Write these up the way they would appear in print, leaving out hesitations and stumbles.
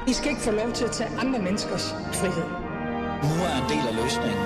I skal ikke få lov til at tage andre menneskers frihed. Nu er en del af løsningen.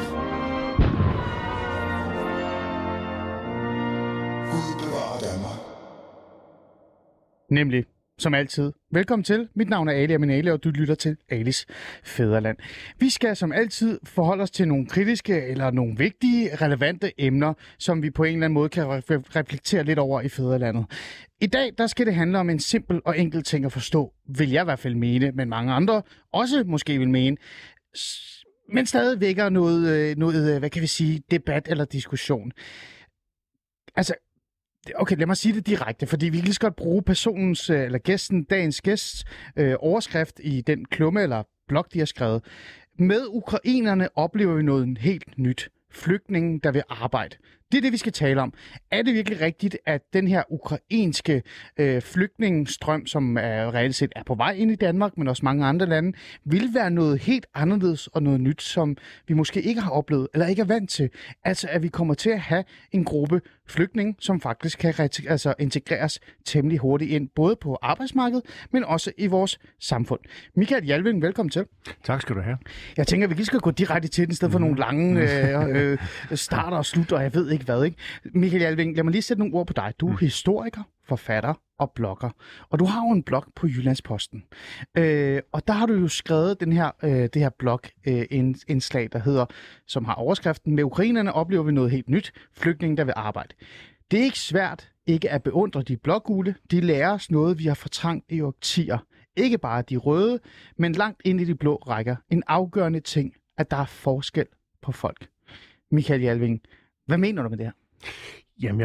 Gud bevarer Danmark. Nemlig, som altid. Velkommen til. Mit navn er Ali Aminali, og du lytter til Alis Fædreland. Vi skal som altid forholde os til nogle kritiske eller nogle vigtige, relevante emner, som vi på en eller anden måde kan reflektere lidt over i Fædrelandet. I dag der skal det handle om en simpel og enkel ting at forstå, vil jeg i hvert fald mene, men mange andre også måske vil mene, men stadig vækker noget, hvad kan vi sige, debat eller diskussion. Altså, okay, lad mig sige det direkte, fordi vi kan lige så godt bruge personens, eller dagens gæsts overskrift i den klumme eller blog, de har skrevet. Med ukrainerne oplever vi noget helt nyt. Flygtningen, der vil arbejde. Det er det, vi skal tale om. Er det virkelig rigtigt, at den her ukrainske flygtningestrøm, som reelt set er på vej ind i Danmark, men også mange andre lande, vil være noget helt anderledes og noget nyt, som vi måske ikke har oplevet eller ikke er vant til? Altså, at vi kommer til at have en gruppe flygtninge, som faktisk kan integreres temmelig hurtigt ind, både på arbejdsmarkedet, men også i vores samfund. Michael Jalving, velkommen til. Tak skal du have. Jeg tænker, at vi lige skal gå direkte til den, i stedet for nogle lange starter og slutter, og jeg ved ikke hvad, ikke? Michael Jalving, lad mig lige sætte nogle ord på dig. Du er historiker, forfatter og blogger. Og du har jo en blog på Jyllandsposten. Og der har du jo skrevet det her blog-indslag, der hedder, som har overskriften, med ukrainerne oplever vi noget helt nyt. Flygtninge, der vil arbejde. Det er ikke svært ikke at beundre de blågule. De lærer os noget, vi har fortrængt i årtier. Ikke bare de røde, men langt ind i de blå rækker. En afgørende ting, at der er forskel på folk. Michael Jalving, hvad mener du med det her? Jamen,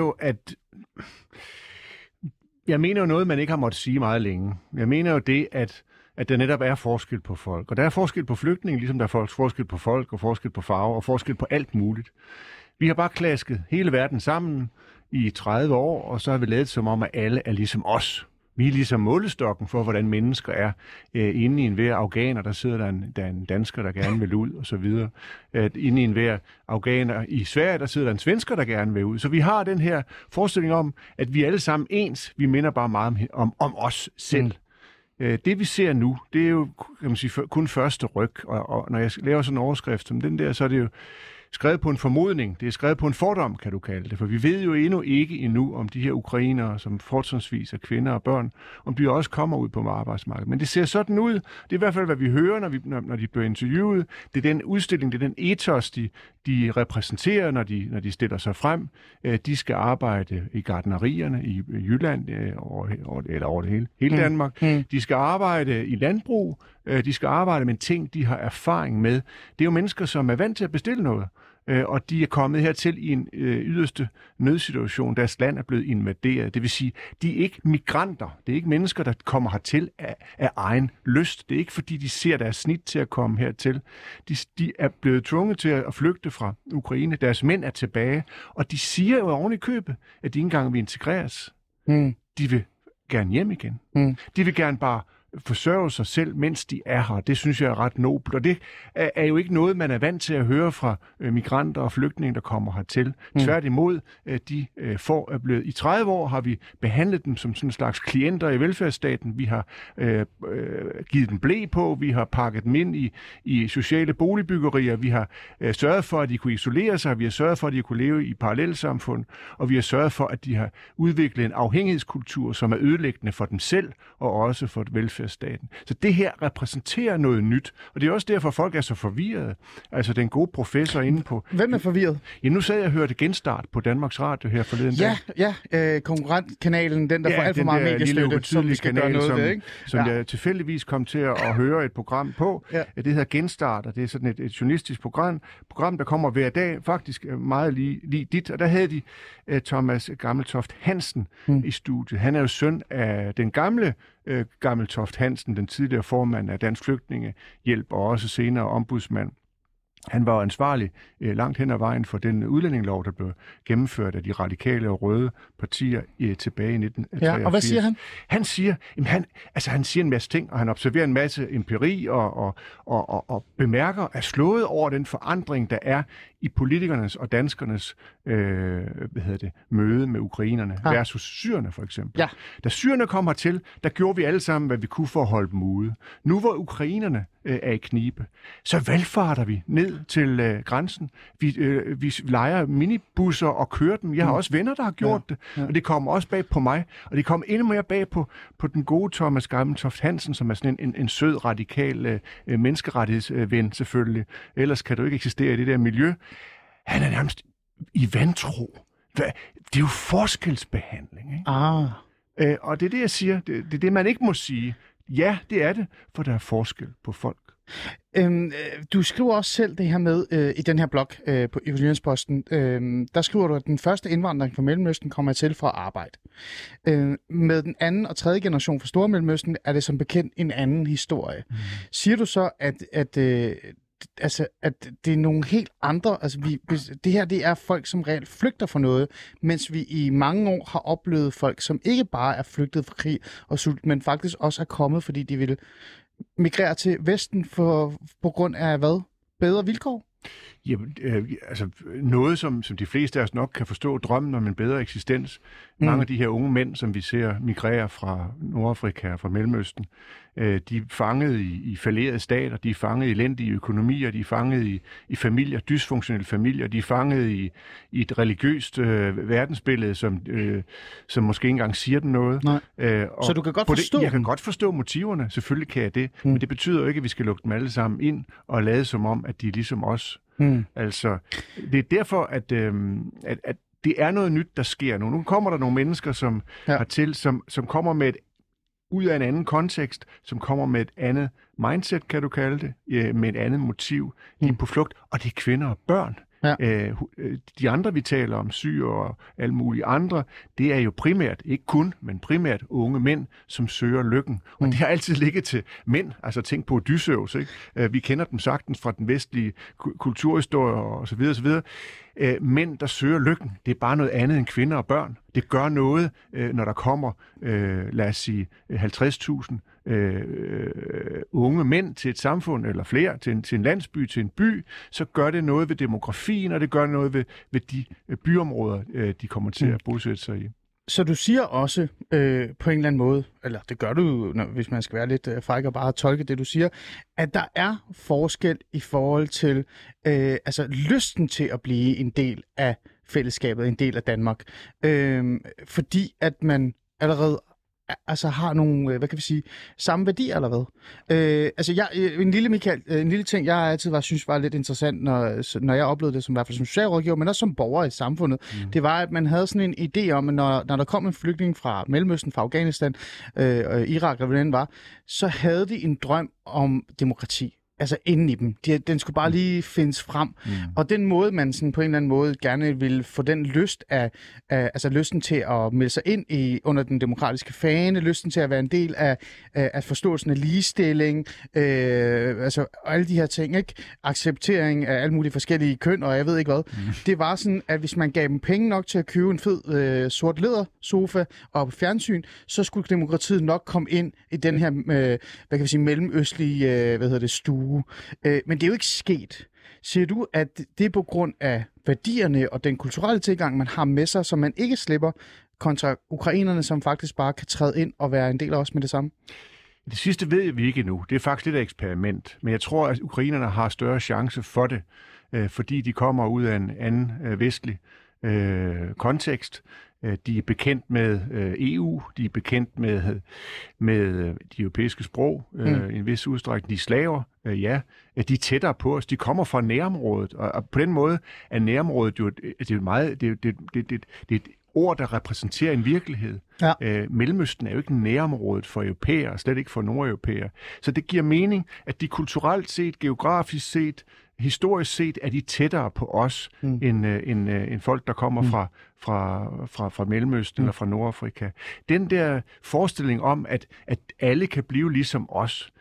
jeg mener jo noget, man ikke har måttet sige meget længe. Jeg mener jo det, at der netop er forskel på folk. Og der er forskel på flygtninge, ligesom der er forskel på folk, og forskel på farve, og forskel på alt muligt. Vi har bare klasket hele verden sammen i 30 år, og så har vi lavet som om, at alle er ligesom os. Vi er ligesom målestokken for, hvordan mennesker er inde i en hver afghaner, der sidder der en dansker, der gerne vil ud, og så videre. Inde i en hver afghaner i Sverige, der sidder der en svensker, der gerne vil ud. Så vi har den her forestilling om, at vi er alle sammen ens. Vi minder bare meget om os selv. Det vi ser nu, det er jo kan man sige, kun første ryg. Og når jeg laver sådan en overskrift som den der, så er det jo skrevet på en formodning. Det er skrevet på en fordom, kan du kalde det. For vi ved jo endnu om de her ukrainere, som fortrinsvis er kvinder og børn, om de også kommer ud på arbejdsmarkedet. Men det ser sådan ud. Det er i hvert fald, hvad vi hører, når de bliver interviewet. Det er den udstilling, det er den ethos, de repræsenterer, når de stiller sig frem. De skal arbejde i gartnerierne i Jylland, eller over det hele Danmark. De skal arbejde i landbrug. De skal arbejde med ting, de har erfaring med. Det er jo mennesker, som er vant til at bestille noget. Og de er kommet hertil i en yderste nødsituation. Deres land er blevet invaderet. Det vil sige, de er ikke migranter. Det er ikke mennesker, der kommer hertil af egen lyst. Det er ikke, fordi de ser deres snit til at komme hertil. De er blevet tvunget til at flygte fra Ukraine. Deres mænd er tilbage. Og de siger jo oven i købet, at de ikke engang vil integreres. De vil gerne hjem igen. De vil gerne bare forsørge sig selv, mens de er her. Det synes jeg er ret nobelt, og det er jo ikke noget, man er vant til at høre fra migranter og flygtninge, der kommer hertil. Tværtimod, er blevet i 30 år har vi behandlet dem som sådan en slags klienter i velfærdsstaten. Vi har givet dem ble på, vi har pakket dem ind i sociale boligbyggerier, vi har sørget for, at de kunne isolere sig, vi har sørget for, at de kunne leve i parallelsamfund, og vi har sørget for, at de har udviklet en afhængighedskultur, som er ødelæggende for dem selv, og også for velfærdsstaten. Så det her repræsenterer noget nyt, og det er også derfor, folk er så forvirrede. Altså den gode professor inde på... Hvem er forvirret? Ja, nu sad jeg og hørte Genstart på Danmarks Radio her forleden dag. Ja, konkurrentkanalen, den der får alt for meget mediestøtte, som vi skal gøre noget ved, ikke? Som jeg tilfældigvis kom til at høre et program på. Ja. Det hedder Genstart, og det er sådan et journalistisk program, der kommer hver dag, faktisk meget lige dit. Og der havde de Thomas Gammeltoft Hansen i studiet. Han er jo søn af den gamle Gammeltoft Hansen, den tidligere formand af Dansk Flygtningehjælp og også senere ombudsmand Han var ansvarlig langt hen ad vejen for den udlændingelov, der blev gennemført af de radikale og røde partier tilbage i 1983. Ja, og hvad siger han? Han siger, han siger en masse ting, og han observerer en masse empiri og bemærker, er slået over den forandring, der er i politikernes og danskernes møde med ukrainerne versus syrerne for eksempel. Ja. Da syrerne kom hertil, der gjorde vi alle sammen, hvad vi kunne for at holde dem ude. Nu hvor ukrainerne er i knibe, så valgfarter vi ned til grænsen. Vi lejer minibusser og kører dem. Jeg har også venner, der har gjort det, og det kommer også bag på mig. Og det kommer endnu mere bag på den gode Thomas Gammeltoft Hansen, som er sådan en sød, radikal menneskerettighedsven selvfølgelig. Ellers kan du ikke eksistere i det der miljø. Han er nærmest i vantro. Det er jo forskelsbehandling, ikke? Og det er det, jeg siger. Det er det, man ikke må sige. Ja, det er det, for der er forskel på folk. Du skriver også selv det her med i den her blog på Jyllands-Posten. Der skriver du, at den første indvandring fra Mellemøsten kommer til for at arbejde. Med den anden og tredje generation fra Stormellemøsten er det som bekendt en anden historie. Siger du så, at det er nogle helt andre, det her det er folk, som reelt flygter fra noget, mens vi i mange år har oplevet folk, som ikke bare er flygtet fra krig og sult, men faktisk også er kommet, fordi de vil migrere til Vesten på grund af hvad? Bedre vilkår? Jamen, noget, som de fleste af os nok kan forstå, drømmen om en bedre eksistens. Mange af de her unge mænd, som vi ser migrere fra Nordafrika og fra Mellemøsten, de er fanget i fallerede stater, de er fanget i elendige økonomier, de er fanget i familier, dysfunktionelle familier, de er fanget i et religiøst verdensbillede, som måske ikke engang siger dem noget. Så du kan godt forstå det, jeg kan godt forstå motiverne, selvfølgelig kan jeg det, men det betyder jo ikke, at vi skal lukke dem alle sammen ind og lade som om, at de er ligesom os. Altså, det er derfor, at det er noget nyt, der sker nu. Nu kommer der nogle mennesker, som hertil, som kommer med ud af en anden kontekst, som kommer med et andet mindset, kan du kalde det, med et andet motiv. De er på flugt, og det er kvinder og børn. Ja. De andre, vi taler om, syre og alle mulige andre, det er jo primært, ikke kun, men primært unge mænd, som søger lykken. Og det har altid ligget til mænd, altså tænk på Odysseus, ikke? Vi kender dem sagtens fra den vestlige kulturhistorie og så videre, så videre. Mænd, der søger lykken, det er bare noget andet end kvinder og børn. Det gør noget, når der kommer, lad os sige, 50.000 unge mænd til et samfund, eller flere, til en landsby, til en by, så gør det noget ved demografien, og det gør noget ved de byområder, de kommer til at bosætte sig i. Så du siger også på en eller anden måde, eller det gør du, hvis man skal være lidt fræk og bare tolke det, du siger, at der er forskel i forhold til lysten til at blive en del af fællesskabet, en del af Danmark. Fordi at man allerede har nogle, hvad kan vi sige, samme værdier eller hvad? En lille ting, jeg altid synes var lidt interessant, når jeg oplevede det som i hvert fald som socialrådgiver, men også som borger i samfundet, det var, at man havde sådan en idé om, at når der kom en flygtning fra Mellemøsten, fra Afghanistan, og Irak, eller hvad den var, så havde de en drøm om demokrati. Altså inden i dem. Den skulle bare lige findes frem. Og den måde, man sådan på en eller anden måde gerne vil få den lyst lysten til at melde sig ind under den demokratiske fane, lysten til at være en del af forståelsen af ligestilling, og alle de her ting, ikke? Acceptering af alle mulige forskellige køn, og jeg ved ikke hvad. Det var sådan, at hvis man gav dem penge nok til at købe en fed sort lædersofa og fjernsyn, så skulle demokratiet nok komme ind i den her, hvad kan vi sige, mellemøstlige, stue. Men det er jo ikke sket. Siger du, at det er på grund af værdierne og den kulturelle tilgang, man har med sig, som man ikke slipper, kontra ukrainerne, som faktisk bare kan træde ind og være en del af os med det samme? Det sidste ved vi ikke endnu. Det er faktisk lidt et eksperiment. Men jeg tror, at ukrainerne har større chance for det, fordi de kommer ud af en anden vestlig kontekst. De er bekendt med EU, de er bekendt med de europæiske sprog i en vis udstrækning. De er slaver, de er tættere på os, de kommer fra nærområdet, og på den måde er nærområdet jo det er et ord, der repræsenterer en virkelighed. Ja. Mellemøsten er jo ikke nærområdet for europæere, slet ikke for nordeuropæere. Så det giver mening, at de kulturelt set, geografisk set, historisk set er de tættere på os, end folk, der kommer fra Mellemøsten eller fra Nordafrika. Den der forestilling om, at alle kan blive ligesom os,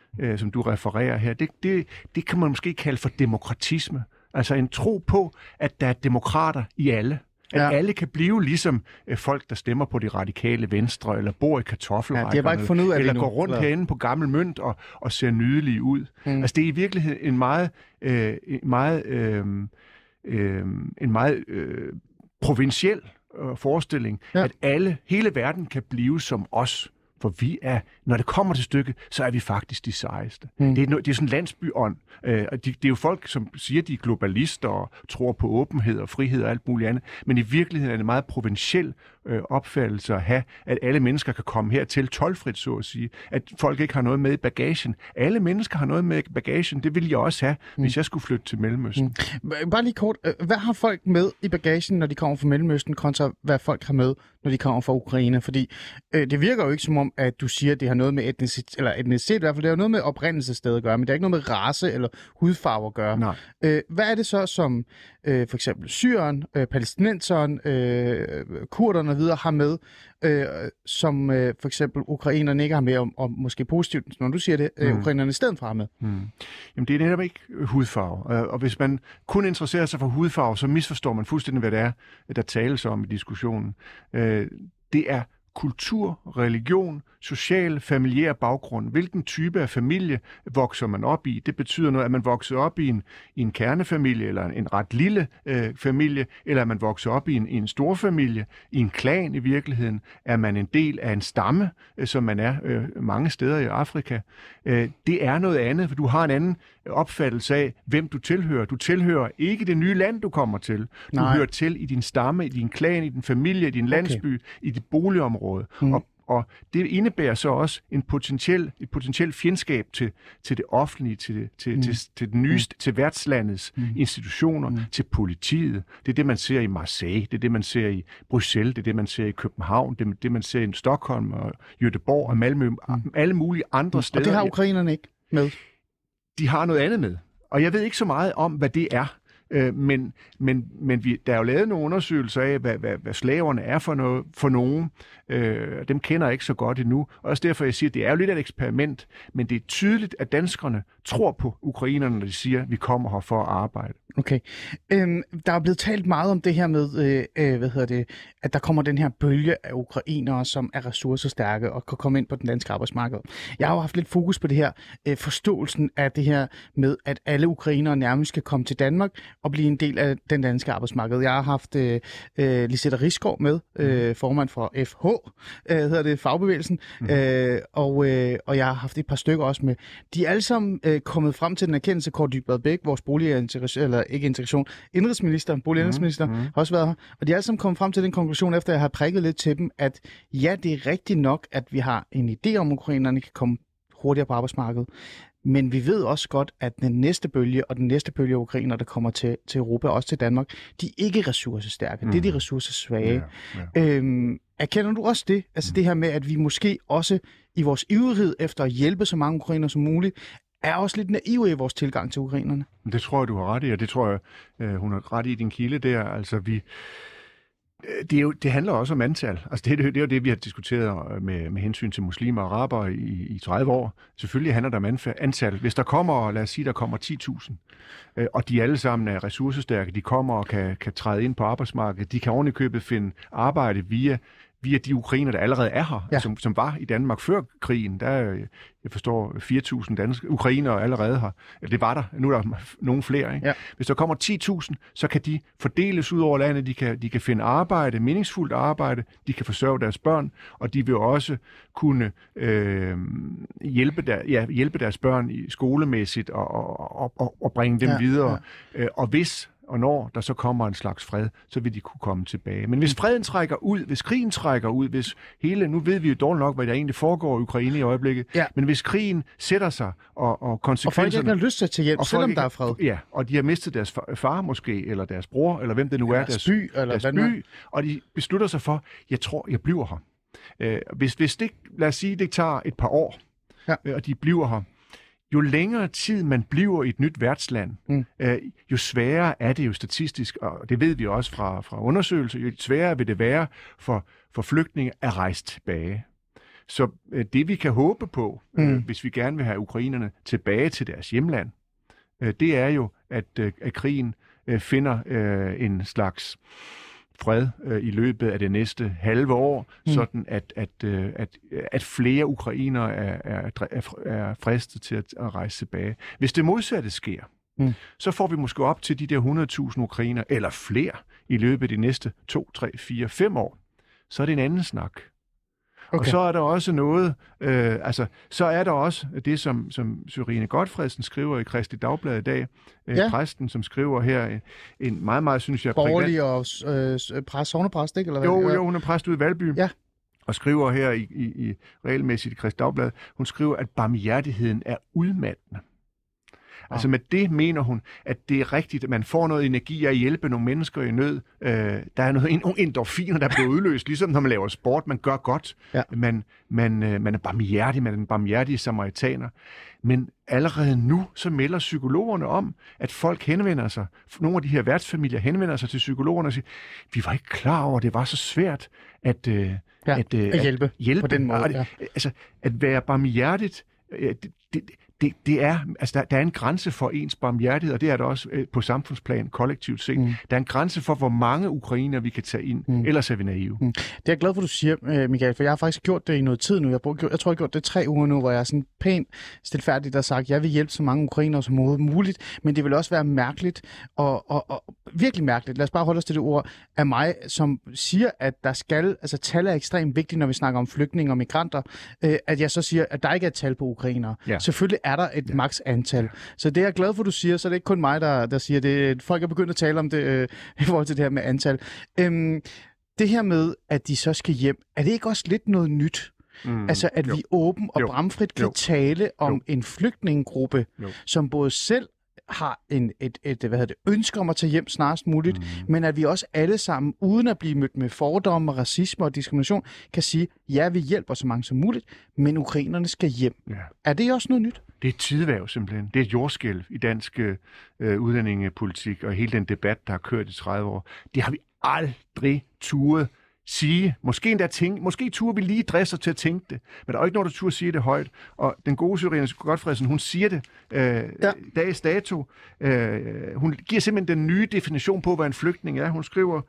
som du refererer her, det kan man måske kalde for demokratisme. Altså en tro på, at der er demokrater i alle. At alle kan blive ligesom folk, der stemmer på det radikale venstre, eller bor i kartoffelrækkerne, eller går rundt herinde på Gammel Mønt og ser nydelige ud. Altså det er i virkeligheden en meget provinciel forestilling, at hele verden kan blive som os. For vi er, når det kommer til stykket, så er vi faktisk de sejeste. Det er sådan en landsbyånd. Det er jo folk, som siger, de er globalister og tror på åbenhed og frihed og alt muligt andet. Men i virkeligheden er det en meget provinciel opfattelse at have, at alle mennesker kan komme hertil toldfrit, så at sige. At folk ikke har noget med i bagagen. Alle mennesker har noget med i bagagen. Det ville jeg også have, hvis jeg skulle flytte til Mellemøsten. Bare lige kort. Hvad har folk med i bagagen, når de kommer fra Mellemøsten, kontra hvad folk har med, når de kommer fra Ukraine? Fordi det virker jo ikke som om, at du siger, at det har noget med etnicitet, i hvert fald det har noget med oprindelsessted at gøre, men det har ikke noget med race eller hudfarve at gøre. Nej. Hvad er det så, som for eksempel syreren, palæstinenseren, kurderne og videre har med, som for eksempel ukrainerne ikke har med, og måske positivt, når du siger det, ukrainerne i stedet for har med? Jamen det er netop ikke hudfarve, og hvis man kun interesserer sig for hudfarve, så misforstår man fuldstændig, hvad det er, der tales om i diskussionen. Det er kultur, religion, social, familiær baggrund. Hvilken type af familie vokser man op i? Det betyder noget, at man vokser op i en kernefamilie, eller en ret lille familie, eller at man vokser op i en stor familie, i en klan i virkeligheden. Er man en del af en stamme, som man er mange steder i Afrika? Det er noget andet, for du har en anden opfattelse af, hvem du tilhører. Du tilhører ikke det nye land, du kommer til. Du hører til i din stamme, i din klan, i din familie, i din landsby, i dit boligområde. Og det indebærer så også et potentielt fjendskab til det offentlige, til det nyeste, til værtslandets institutioner, til politiet. Det er det, man ser i Marseille, det er det, man ser i Bruxelles, det er det, man ser i København, det er det, man ser i Stockholm og Göteborg og Malmø, alle mulige andre steder. Og det har ukrainerne ikke med? De har noget andet med. Og jeg ved ikke så meget om, hvad det er. Men der er jo lavet nogle undersøgelser af, hvad slaverne er for nogen. Dem kender jeg ikke så godt endnu. Og også derfor, jeg siger, at det er jo lidt et eksperiment, men det er tydeligt, at danskerne tror på ukrainerne, når de siger, at vi kommer her for at arbejde. Okay. Der er blevet talt meget om det her med, at der kommer den her bølge af ukrainere, som er ressourcestærke og kan komme ind på den danske arbejdsmarked. Jeg har jo haft lidt fokus på det her, forståelsen af det her med, at alle ukrainere nærmest skal komme til Danmark og blive en del af den danske arbejdsmarked. Jeg har haft Lisette Risgaard med, formand for FH, fagbevægelsen, og jeg har haft et par stykker også med. De er alle sammen kommet frem til den erkendelse, Kaare Dybvad Bek, vores boligindrigsminister, har også været her, og de er alle sammen kommet frem til den konklusion, efter jeg har prikket lidt til dem, at ja, det er rigtigt nok, at vi har en idé om, at ukrainerne kan komme hurtigere på arbejdsmarkedet. Men vi ved også godt, at den næste bølge af ukrainer, der kommer til Europa, også til Danmark, de er ikke ressourcestærke. Det er de ressourcesvage. Erkender du også det? Altså det her med, at vi måske også i vores ivrighed efter at hjælpe så mange ukrainer som muligt, er også lidt naive i vores tilgang til ukrainerne? Det tror jeg, du har ret i, og det tror jeg, hun har ret i din kilde der. Altså det handler også om antal. Altså det er jo det, vi har diskuteret med hensyn til muslimer og araber i 30 år. Selvfølgelig handler det om antal. Hvis der kommer, lad os sige, der kommer 10.000, og de alle sammen er ressourcestærke, de kommer og kan træde ind på arbejdsmarkedet, de kan ovenikøbet finde arbejde via de ukrainer, der allerede er her, som var i Danmark før krigen. Der er, jeg forstår, 4.000 danske ukrainere allerede her. Det var der. Nu er der nogle flere. Ikke? Ja. Hvis der kommer 10.000, så kan de fordeles ud over landet. De kan finde arbejde, meningsfuldt arbejde. De kan forsørge deres børn, og de vil også kunne hjælpe deres børn skolemæssigt og bringe dem videre. Og når der så kommer en slags fred, så vil de kunne komme tilbage. Men hvis freden trækker ud, hvis krigen trækker ud, nu ved vi jo dårligt nok, hvad der egentlig foregår i Ukraine i øjeblikket, men hvis krigen sætter sig, og konsekvenserne... Og folk ikke har lyst til at tage hjælp, selvom der er fred. Ja, og de har mistet deres far måske, eller deres bror, eller hvem det nu er, deres by, og de beslutter sig for, jeg bliver her. Hvis det, lad os sige, det tager et par år, og de bliver her, jo længere tid man bliver i et nyt værtsland, jo sværere er det jo statistisk, og det ved vi også fra undersøgelser, jo sværere vil det være for flygtninge at rejse tilbage. Så det vi kan håbe på, hvis vi gerne vil have ukrainerne tilbage til deres hjemland, det er jo, at krigen finder en slags fred i løbet af det næste halve år, sådan at flere ukrainere er fristet til at rejse tilbage. Hvis det modsatte sker, så får vi måske op til de der 100.000 ukrainere, eller flere, i løbet af de næste 2, 3, 4, 5 år. Så er det en anden snak. Okay. Og så er der også noget, så er der også det, som Sørine Gotfredsen skriver i Kristeligt Dagblad i dag, præsten, som skriver her en meget, meget, synes jeg... Borgerlig og sognepræst, ikke? Eller hvad? Jo, hun er præst ude i Valby. Ja. Og skriver her i regelmæssigt i Kristeligt Dagblad, hun skriver, at barmhjertigheden er udmattende. Altså med det mener hun, at det er rigtigt, at man får noget energi af at hjælpe nogle mennesker i nød. Der er nogle endorfiner, der bliver udløst, ligesom når man laver sport. Man gør godt. Ja. Man er barmhjertig, man er den barmhjertige samaritaner. Men allerede nu, så melder psykologerne om, at folk henvender sig, nogle af de her værtsfamilier henvender sig til psykologerne og siger, vi var ikke klar over, at det var så svært at hjælpe på den måde. Ja. Altså, at være barmhjertigt, det er, altså der er en grænse for ens barmhjertighed, og det er der også på samfundsplan, kollektivt set. Der er en grænse for, hvor mange ukrainer vi kan tage ind, ellers er vi naive. Det er jeg glad for, du siger, Michael, for jeg har faktisk gjort det i noget tid nu. Jeg tror, jeg har gjort det 3 uger nu, hvor jeg er sådan pænt stilfærdigt og sagt, jeg vil hjælpe så mange ukrainere som muligt, men det vil også være mærkeligt, og virkelig mærkeligt, lad os bare holde os til det ord, af mig, som siger, at der skal, altså tal er ekstremt vigtigt, når vi snakker om flygtninge og migranter, at jeg så siger, at der ikke er et tal på ukrainere. Ja. Selvfølgelig er der et maks antal. Så det er jeg glad for, du siger, så det er ikke kun mig, der siger det. Folk er begyndt at tale om det i forhold til det her med antal. Det her med, at de så skal hjem, er det ikke også lidt noget nyt? Altså, at vi åben og bramfrit kan tale om en flygtningegruppe, som både selv har et ønske om at tage hjem snarest muligt, men at vi også alle sammen, uden at blive mødt med fordomme, racisme og diskrimination, kan sige, ja, vi hjælper så mange som muligt, men ukrainerne skal hjem. Ja. Er det også noget nyt? Det er et tidvæv simpelthen. Det er et jordskælv i dansk udlændingepolitik, og hele den debat, der har kørt i 30 år. Det har vi aldrig turet sige. Måske turde vi lige dresse til at tænke det, men der er ikke nogen, der turde sige det højt. Og den gode Sørine Gotfredsen, hun siger det dags dato. Hun giver simpelthen den nye definition på, hvad en flygtning er. Hun skriver,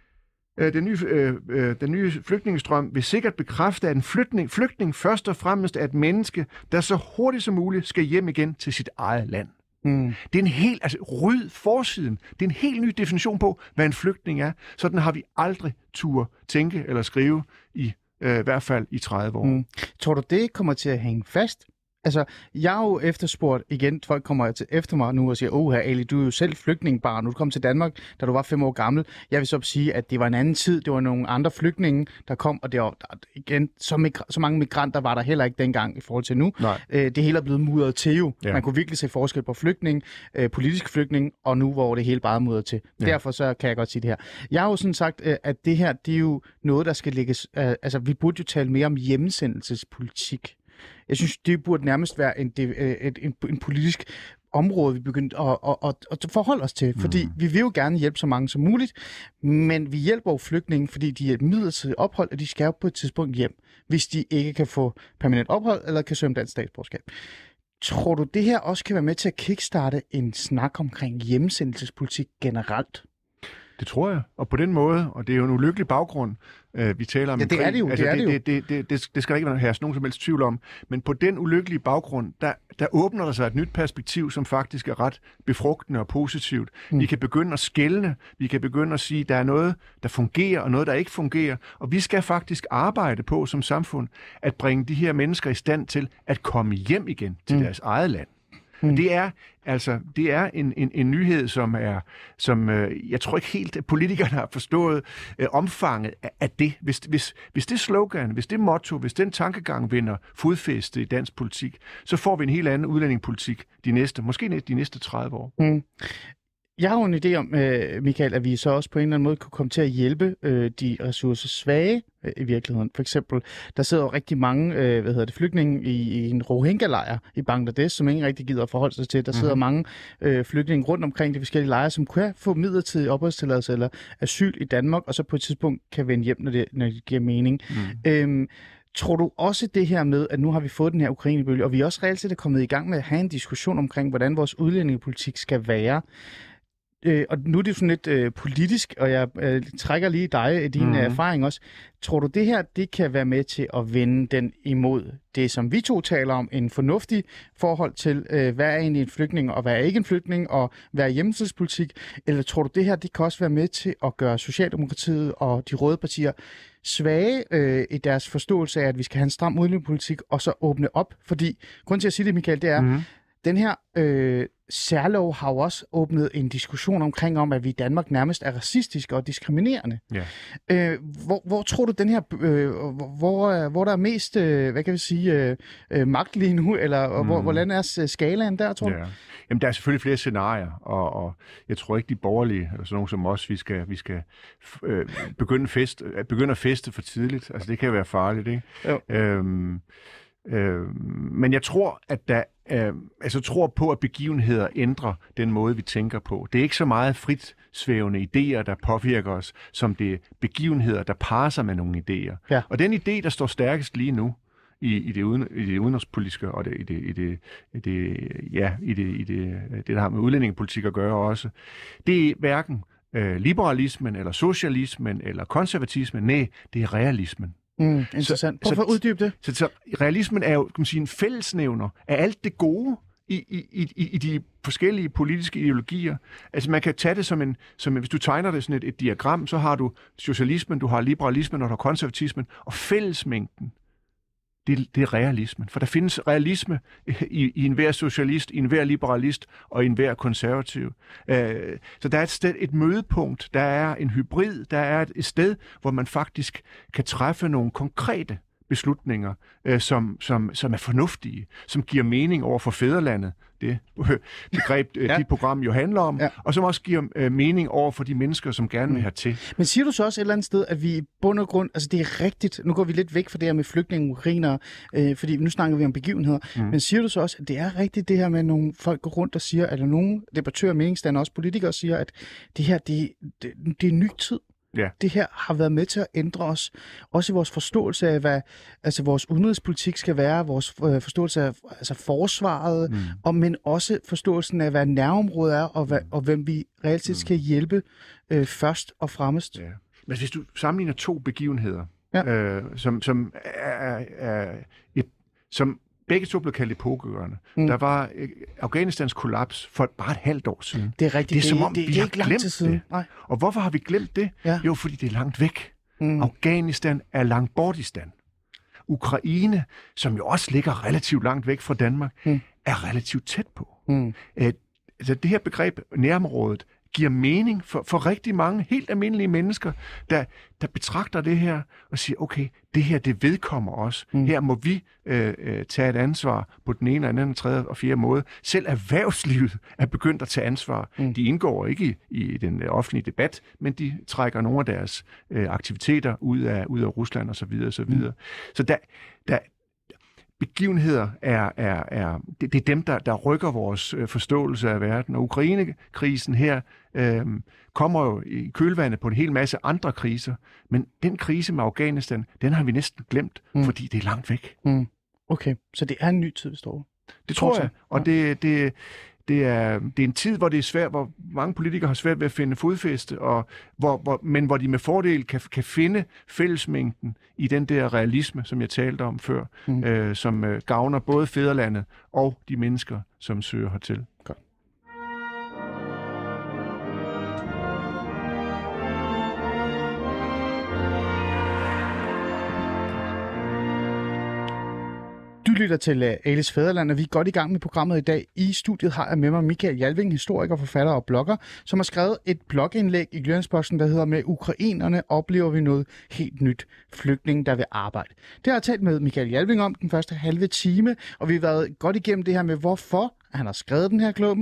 den nye flygtningestrøm vil sikkert bekræfte, at en flygtning først og fremmest er et menneske, der så hurtigt som muligt skal hjem igen til sit eget land. Det er en helt, ryd forsiden. Det er en helt ny definition på, hvad en flygtning er. Sådan har vi aldrig turde tænke eller skrive i hvert fald i 30 år. Tror du, det kommer til at hænge fast? Altså, jeg har jo efterspurgt igen, folk kommer til efter mig nu og siger, Ali, du er jo selv flygtningebarn, nu er du kom til Danmark, da du var 5 år gammel. Jeg vil så sige, at det var en anden tid, det var nogle andre flygtninge, der kom, og det var igen, så mange migranter var der heller ikke dengang i forhold til nu. Det hele er blevet mudret til jo. Ja. Man kunne virkelig se forskel på flygtninge, politiske flygtninge, og nu hvor det hele bare er mudret til. Ja. Derfor så kan jeg godt sige det her. Jeg har jo sådan sagt, at det her, det er jo noget, der skal lægges, vi burde jo tale mere om hjemsendelsespolitik. Jeg synes, det burde nærmest være en politisk område, vi begyndte at forholde os til. Fordi vi vil jo gerne hjælpe så mange som muligt, men vi hjælper jo flygtninge, fordi de er et midlertidigt ophold, og de skal jo på et tidspunkt hjem, hvis de ikke kan få permanent ophold eller kan søge om dansk statsborgerskab. Tror du, det her også kan være med til at kickstarte en snak omkring hjemsendelsespolitik generelt? Det tror jeg. Og på den måde, og det er jo en ulykkelig baggrund, vi taler om. Ja, det er det jo. Det skal der ikke være nogen som helst tvivl om. Men på den ulykkelige baggrund, der åbner der sig et nyt perspektiv, som faktisk er ret befrugtende og positivt. Vi kan begynde at skelne. Vi kan begynde at sige, at der er noget, der fungerer, og noget, der ikke fungerer. Og vi skal faktisk arbejde på som samfund, at bringe de her mennesker i stand til at komme hjem igen til deres eget land. Det er en nyhed, som jeg tror ikke helt, at politikerne har forstået omfanget af det. Hvis det slogan, hvis det motto, hvis den tankegang vinder fodfæste i dansk politik, så får vi en helt anden udlændingepolitik måske de næste 30 år. Jeg har jo en idé om, Michael, at vi så også på en eller anden måde kunne komme til at hjælpe de ressourcesvage i virkeligheden. For eksempel, der sidder jo rigtig mange flygtninge i en Rohingya-lejr i Bangladesh, som ingen rigtig gider at forholde sig til. Der sidder mange flygtninge rundt omkring de forskellige lejre, som kan få midlertidig opholdstilladelse eller asyl i Danmark, og så på et tidspunkt kan vende hjem, når det giver mening. Tror du også det her med, at nu har vi fået den her Ukraine-bølge, og vi er også reelt set kommet i gang med at have en diskussion omkring, hvordan vores udlændingepolitik skal være? Og nu er det sådan lidt politisk, og jeg trækker lige dig din erfaring også. Tror du det her, det kan være med til at vende den imod det, som vi to taler om, en fornuftig forhold til, hvad er egentlig en flygtning, og hvad er ikke en flygtning, og hvad er hjemmelsespolitik? Eller tror du det her, det kan også være med til at gøre Socialdemokratiet og de røde partier svage i deres forståelse af, at vi skal have en stram udlændingepolitik, og så åbne op? Fordi, grund til at sige det, Michael, det er, den her særlov har jo også åbnet en diskussion omkring, om at vi i Danmark nærmest er racistiske og diskriminerende. Ja. Hvor tror du den her, hvor der er mest, hvad kan vi sige, magt lige nu, eller hvordan er skalaen der, tror du? Ja. Jamen, der er selvfølgelig flere scenarier, og jeg tror ikke, de borgerlige, eller sådan nogen som os, vi skal begynde at feste for tidligt. Altså, det kan være farligt, ikke? Men jeg tror, at tror på, at begivenheder ændrer den måde, vi tænker på. Det er ikke så meget frit svævende idéer, der påvirker os, som det er begivenheder, der parer sig med nogle idéer. Ja. Og den idé, der står stærkest lige nu i det udenrigspolitiske og det, der har med udlændingepolitik at gøre også, det er hverken liberalismen eller socialismen eller konservatismen. Nej, det er realismen. Interessant. Prøv at uddybe det. Så realismen er jo, kan man sige, en fællesnævner af alt det gode i de forskellige politiske ideologier. Altså man kan tage det som hvis du tegner det sådan et diagram, så har du socialismen, du har liberalismen og du har konservatismen, og fællesmængden, det er realismen. For der findes realisme i enhver socialist, i enhver liberalist og i enhver konservativ. Så der er et mødepunkt, der er en hybrid, der er et sted, hvor man faktisk kan træffe nogle konkrete beslutninger, som er fornuftige, som giver mening over for fædrelandet, det begreb dit program jo handler om, og som også giver mening over for de mennesker, som gerne vil hertil. Men siger du så også et eller andet sted, at vi i bund og grund, altså det er rigtigt, nu går vi lidt væk fra det her med flygtninge og ukrainere, fordi nu snakker vi om begivenheder, men siger du så også, at det er rigtigt det her med, nogle folk går rundt og siger, eller nogle debattører, meningsdannere, også politikere siger, at det her, det er en ny tid. Ja. Det her har været med til at ændre os, også i vores forståelse af, hvad vores udenrigspolitik skal være, vores forståelse af forsvaret, men også forståelsen af, hvad nærområdet er, og hvem vi reelt set skal hjælpe først og fremmest. Ja. Men hvis du sammenligner to begivenheder, som begge to blev kaldt epokegørende. Der var Afghanistans kollaps for bare et halvt år siden. Det er rigtigt. Det er som om, vi har glemt det. Nej. Og hvorfor har vi glemt det? Ja. Jo, fordi det er langt væk. Afghanistan er langt bortistan. Ukraine, som jo også ligger relativt langt væk fra Danmark, er relativt tæt på. Altså det her begreb nærområdet giver mening for rigtig mange helt almindelige mennesker, der betragter det her og siger, okay, det her, det vedkommer os. Her må vi tage et ansvar på den ene eller anden, tredje og fjerde måde. Selv erhvervslivet er begyndt at tage ansvar. De indgår ikke i den offentlige debat, men de trækker nogle af deres aktiviteter ud af Rusland og så videre, så videre. Så der begivenheder det er dem, der rykker vores forståelse af verden. Og Ukraine-krisen her kommer jo i kølvandet på en hel masse andre kriser. Men den krise med Afghanistan, den har vi næsten glemt, fordi det er langt væk. Okay, så det er en ny tid, vi står. Det tror jeg. Og det er en tid, hvor det er svært, hvor mange politikere har svært ved at finde fodfæste, men hvor de med fordel kan finde fællesmængden i den der realisme, som jeg talte om før, som gavner både fædrelandet og de mennesker, som søger hertil. Godt. Du lytter til Alis Fædreland, og vi er godt i gang med programmet i dag. I studiet har jeg med mig Michael Jalving, historiker, forfatter og blogger, som har skrevet et blogindlæg i Jyllands-Posten, der hedder "Med ukrainerne oplever vi noget helt nyt. Flygtninge, der vil arbejde". Det har jeg talt med Michael Jalving om den første halve time, og vi har været godt igennem det her med, hvorfor han har skrevet den her klummen, eller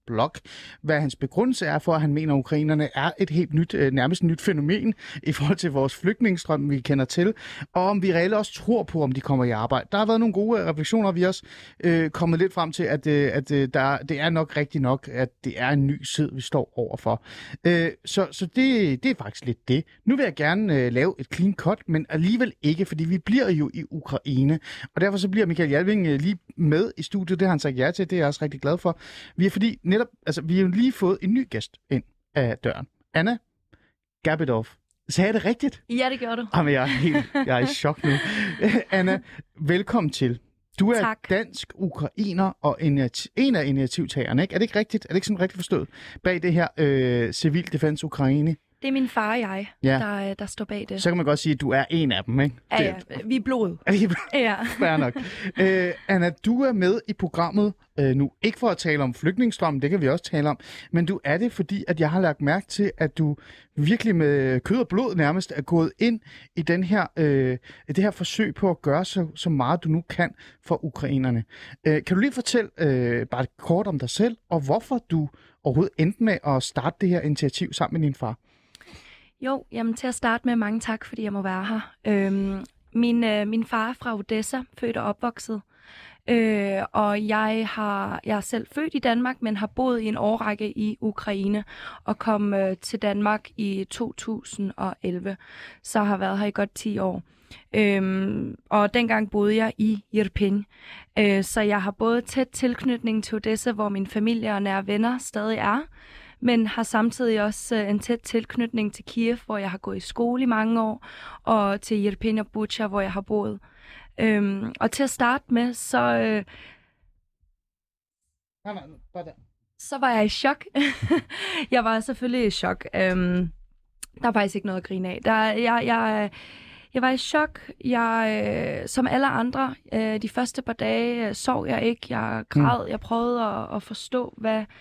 blog, hvad hans begrundelse er for, at han mener, at ukrainerne er et helt nyt, nærmest nyt fænomen i forhold til vores flygtningestrøm, vi kender til, og om vi reelt også tror på, om de kommer i arbejde. Der har været nogle gode refleksioner, vi er også kommet lidt frem til, at det er nok rigtigt nok, at det er en ny tid, vi står overfor. Så det er faktisk lidt det. Nu vil jeg gerne lave et clean cut, men alligevel ikke, fordi vi bliver jo i Ukraine, og derfor så bliver Michael Jalving lige med i studiet. Det har han sagt ja til, det er jeg også rigtig glad for. Vi har jo lige fået en ny gæst ind af døren. Anna Gabidov. Sagde jeg det rigtigt? Ja, det gjorde du. Jamen, jeg er i chok nu. Anna, velkommen til. Du er Tak. dansk ukrainer og en af initiativtagerne, ikke? Er det ikke rigtigt? Er det ikke sådan rigtigt forstået? Bag det her Civil Defense Ukraine? Det er min far og jeg, der står bag det. Så kan man godt sige, at du er en af dem, ikke? Ja, vi er blod. Ja. Fair nok. Anna, du er med i programmet nu. Ikke for at tale om flygtningestrøm, det kan vi også tale om, men du er det, fordi at jeg har lagt mærke til, at du virkelig med kød og blod nærmest er gået ind i den her, det her forsøg på at gøre så meget, du nu kan for ukrainerne. Kan du lige fortælle bare kort om dig selv, og hvorfor du overhovedet endte med at starte det her initiativ sammen med din far? Jo, jamen til at starte med, mange tak, fordi jeg må være her. Min far er fra Odessa, født og opvokset. Og jeg er selv født i Danmark, men har boet i en årrække i Ukraine og kom til Danmark i 2011. Så har været her i godt 10 år. Og dengang boede jeg i Irpin. Så jeg har både tæt tilknytning til Odessa, hvor min familie og nære venner stadig er, men har samtidig også en tæt tilknytning til Kiev, hvor jeg har gået i skole i mange år, og til Irpin og Bucha, hvor jeg har boet. Og til at starte med, så var jeg i chok. Jeg var selvfølgelig i chok. Der var faktisk ikke noget at grine af. Jeg var i chok. Som alle andre, de første par dage sov jeg ikke. Jeg græd. Jeg prøvede at forstå,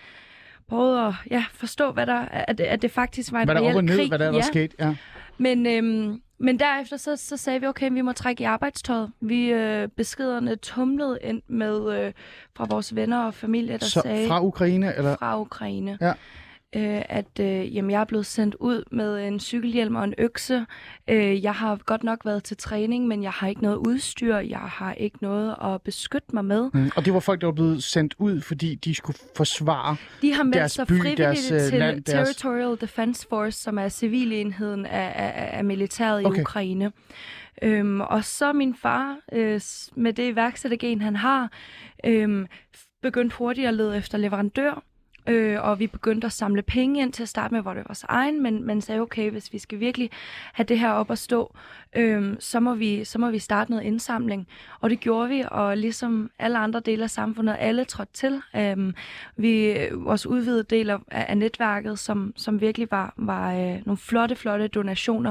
at det faktisk var en reel krig. Hvad der skete, ja. Men derefter så sagde vi, okay, vi må trække i arbejdstøjet. Beskederne tumlede ind med fra vores venner og familie, der sagde... Fra Ukraine? Eller? Fra Ukraine. Ja. Jeg er blevet sendt ud med en cykelhjelm og en økse. Jeg har godt nok været til træning, men jeg har ikke noget udstyr. Jeg har ikke noget at beskytte mig med. Og det var folk, der var blevet sendt ud, fordi de skulle forsvare deres by, de har meldt sig frivilligt til land, Territorial Defense Force, som er civilenheden af militæret i Ukraine. Og så min far, med det iværksættergen, han har, begyndt hurtigt at lede efter leverandør. Og vi begyndte at samle penge ind til at starte med, hvor det var vores egen, men sagde, okay, hvis vi skal virkelig have det her op at stå, så må vi starte noget indsamling. Og det gjorde vi, og ligesom alle andre dele af samfundet, alle trådte til. Vores udvidede del af netværket, som virkelig var nogle flotte donationer.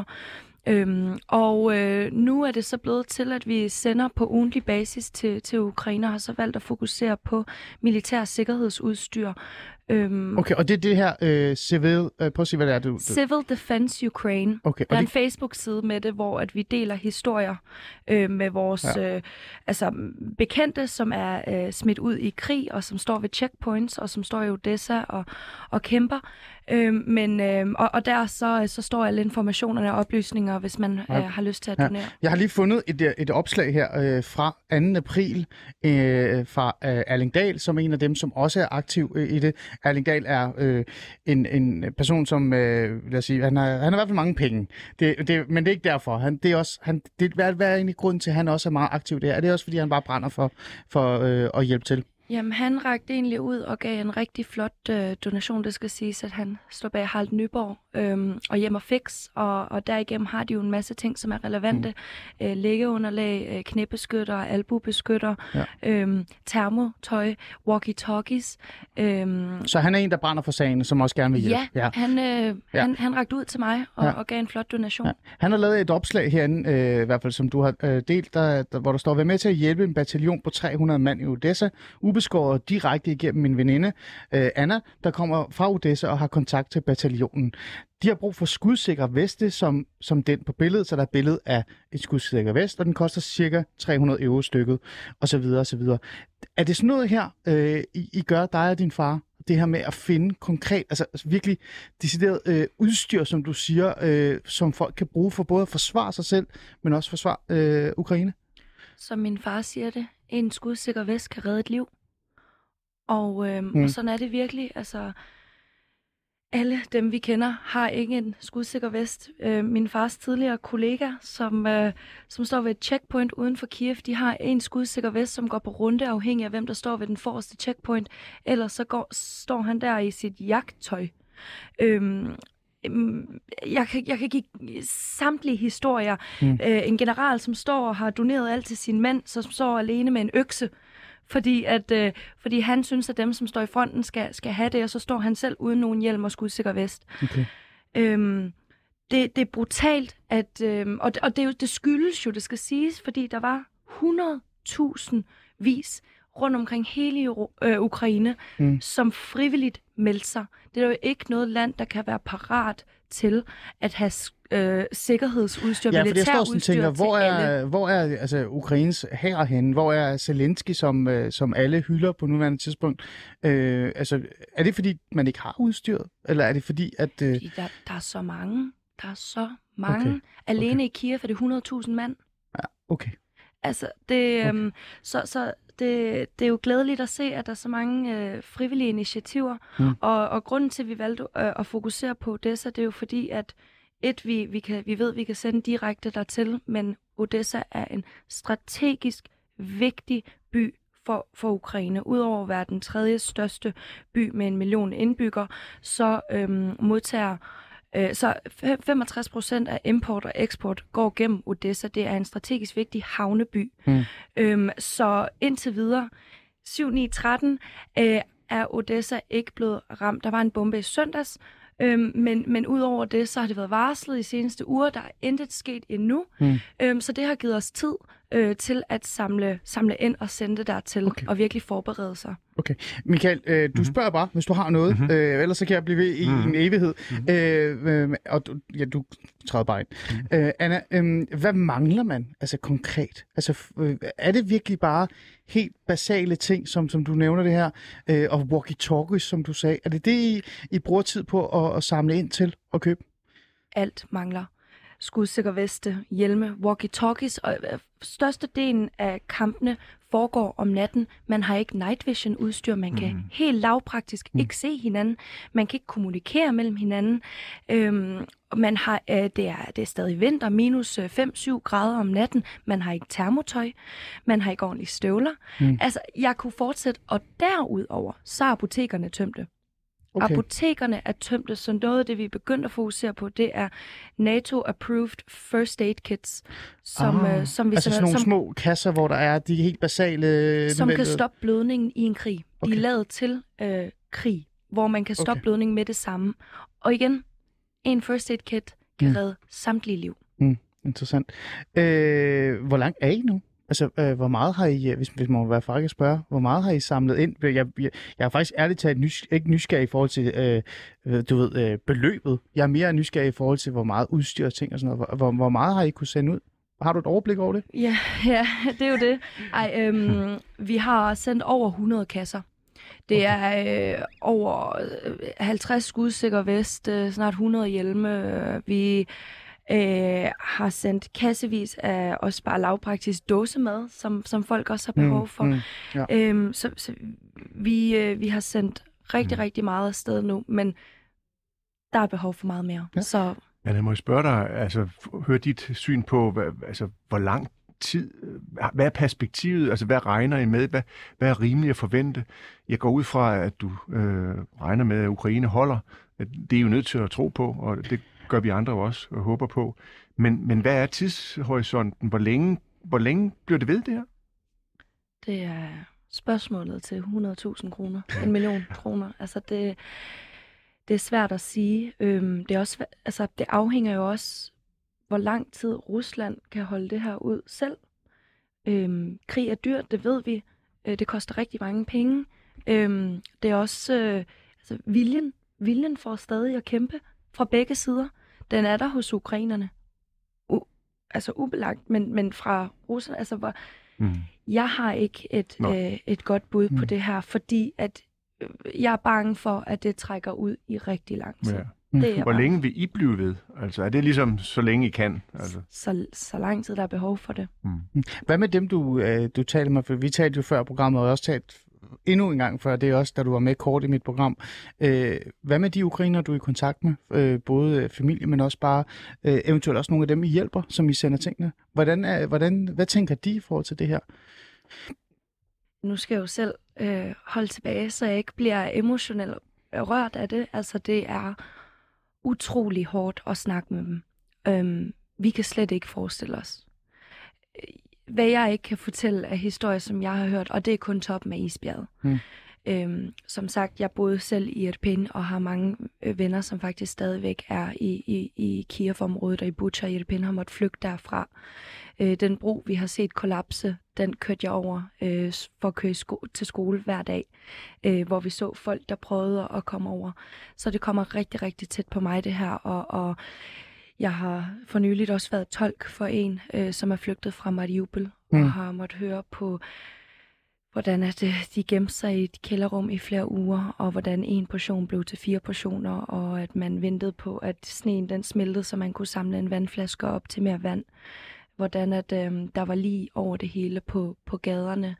Nu er det så blevet til, at vi sender på ugentlig basis til Ukraine, og har så valgt at fokusere på militær sikkerhedsudstyr. Okay, og det er det her civil... prøv at sige, hvad det er, du... Civil Defense Ukraine. Okay, der er en Facebook-side med det, hvor at vi deler historier med vores bekendte, som er smidt ud i krig, og som står ved checkpoints, og som står i Odessa og kæmper. Og der så står alle informationerne og oplysninger, hvis man har lyst til at donere. Jeg har lige fundet et opslag her fra 2. april fra Erling Dahl, som er en af dem, som også er aktiv i det. Erling Dahl er en person, som, lad os sige, han har i hvert fald mange penge. Men det er ikke derfor. Hvad er egentlig grunden til, at han også er meget aktiv der? Er det også, fordi han bare brænder for at hjælpe til? Jamen, han rakte egentlig ud og gav en rigtig flot donation. Det skal siges, at han står bag Harald Nyborg og Hjem og Fix, og derigennem har de jo en masse ting, som er relevante. Læggeunderlag, knæbeskytter, albubeskytter, termotøj, walkie-talkies. Så han er en, der brænder for sagen, som også gerne vil hjælpe? Ja, han rakte ud til mig og gav en flot donation. Ja. Han har lavet et opslag herinde, i hvert fald som du har delt, hvor der står, vær med til at hjælpe en bataljon på 300 mand i Odessa, ubeskåret direkte igennem min veninde Anna, der kommer fra Odessa og har kontakt til bataljonen. De har brug for skudsikre veste, som den på billedet, så der er billede af et skudsikker vest, og den koster cirka 300 euro stykket, osv. osv. Er det sådan noget her, I gør, dig og din far, det her med at finde konkret, altså virkelig decideret udstyr, som du siger, som folk kan bruge for både at forsvare sig selv, men også forsvare Ukraine? Som min far siger det, en skudsikker vest kan redde et liv. Og sådan er det virkelig. Altså, alle dem, vi kender, har ikke en skudsikker vest. Min fars tidligere kollega, som står ved et checkpoint uden for Kiev, de har en skudsikker vest, som går på runde, afhængig af hvem der står ved den forreste checkpoint. Ellers så står han der i sit jagttøj. Jeg kan give samtlige historier. En general, som står og har doneret alt til sine mænd, som står alene med en økse, fordi han synes, at dem, som står i fronten, skal have det, og så står han selv uden nogen hjelm og skudsikker vest. Okay. Det er brutalt, og det skyldes jo, det skal siges, fordi der var 100.000 vis rundt omkring hele Ukraine, som frivilligt meldte sig. Det er jo ikke noget land, der kan være parat til at have sikkerhedsudstyr, ja, militærudstyr til alle. Hvor er altså, Ukraines hær henne? Hvor er Zelensky, som alle hylder på nuværende tidspunkt? Altså, er det fordi, man ikke har udstyret? Eller er det fordi, at... Fordi der er så mange. Der er så mange. Okay. Alene i Kiev er det 100.000 mand. Ja, okay. Altså, det er jo glædeligt at se, at der er så mange frivillige initiativer. Og grunden til, at vi valgte at fokusere på Odessa, det er jo fordi, at vi ved, at vi kan sende direkte dertil, men Odessa er en strategisk vigtig by for Ukraine. Udover at være den tredje største by med 1 million indbyggere, så modtager så 65% af import og eksport går gennem Odessa. Det er en strategisk vigtig havneby. Så indtil videre, 7-9-13, er Odessa ikke blevet ramt. Der var en bombe i søndags, men udover det, så har det været varslet i seneste uger. Der er intet sket endnu. Så det har givet os tid til at samle ind og sende det dertil, og virkelig forberede sig. Okay. Michael, du spørger bare, hvis du har noget. Ellers så kan jeg blive ved i en evighed. Og du træder bare ind. Anna, hvad mangler man altså konkret? Altså, er det virkelig bare helt basale ting, som du nævner det her, og walkie-talkies, som du sagde? Er det, I bruger tid på at samle ind til og købe? Alt mangler. Skudsikker veste, hjelme, walkie-talkies, og størstedelen af kampene foregår om natten. Man har ikke night vision udstyr, man kan helt lavpraktisk ikke se hinanden, man kan ikke kommunikere mellem hinanden. Man har, det er stadig vinter, minus 5-7 grader om natten, man har ikke termotøj, man har ikke ordentlige støvler. Altså, jeg kunne fortsætte, og derudover, så er apotekerne tømte. Okay. Apotekerne er tømte, så noget af det, vi er begyndt at fokusere på, det er NATO-approved first aid kits, som vi altså sådan nogle små kasser, hvor der er de helt basale... Som kan stoppe blødningen i en krig. Okay. De er lavet til krig, hvor man kan stoppe blødningen med det samme. Og igen, en first aid kit kan redde samtlige liv. Interessant. Hvor langt er I nu? Altså, hvor meget har I, hvis man må være fræk at spørge, hvor meget har I samlet ind? Jeg er faktisk ærligt talt ikke nysgerrig i forhold til, beløbet. Jeg er mere nysgerrig i forhold til, hvor meget udstyr og ting og sådan noget. Hvor meget har I kunne sende ud? Har du et overblik over det? Ja, det er jo det. Vi har sendt over 100 kasser. Det er over 50 skudsikker vest, snart 100 hjelme. Vi har sendt kassevis af også bare lavpraktisk dåsemad, som folk også har behov for. Så vi har sendt rigtig meget afsted nu, men der er behov for meget mere. Ja. Så... Anna, må jeg spørge dig, altså hør dit syn på, hvor lang tid, hvad er perspektivet, altså hvad regner I med, hvad er rimeligt at forvente? Jeg går ud fra, at du regner med, at Ukraine holder. Det er jo nødt til at tro på, og det gør vi andre også og håber på. Men hvad er tidshorisonten? Hvor længe bliver det ved, det her? Det er spørgsmålet til 100.000 kroner. 1 million kroner. Altså det er svært at sige. Det er også, altså det afhænger jo også, hvor lang tid Rusland kan holde det her ud selv. Krig er dyrt, det ved vi. Det koster rigtig mange penge. Det er også altså viljen for stadig at kæmpe fra begge sider. Den er der hos ukrainerne. Altså ubelagt, men fra Rusland, altså jeg har ikke et godt bud på det her, fordi at jeg er bange for, at det trækker ud i rigtig lang tid. Ja. Det er Hvor længe vil I blive ved? Altså, er det ligesom så længe I kan? Altså. Så lang tid, der er behov for det. Hvad med dem, du talte med? For vi talte jo før programmet, og også talt endnu en gang før, det er også, da du var med kort i mit program. Hvad med de ukrainer, du er i kontakt med? Både familie, men også bare eventuelt også nogle af dem, I hjælper, som I sender tingene. Hvad tænker de i forhold til det her? Nu skal jeg jo selv holde tilbage, så jeg ikke bliver emotionelt rørt af det. Altså, det er utrolig hårdt at snakke med dem. Vi kan slet ikke forestille os. Hvad jeg ikke kan fortælle af historier, som jeg har hørt, og det er kun toppen af isbjerget. Som sagt, jeg boede selv i Irpin og har mange venner, som faktisk stadigvæk er i Kiev-området og i Bucha. Irpin har måttet flygte derfra. Den bro, vi har set kollapse, den kørte jeg over for at køre til skole hver dag, hvor vi så folk, der prøvede at komme over. Så det kommer rigtig, rigtig tæt på mig, det her. Og jeg har for nyligt også været tolk for en, som er flygtet fra Mariupol, og har måttet høre på, hvordan de gemte sig i et kælderrum i flere uger, og hvordan en portion blev til 4 portioner, og at man ventede på, at sneen den smeltede, så man kunne samle en vandflaske op til mere vand. Hvordan at der var lige over det hele på gaderne.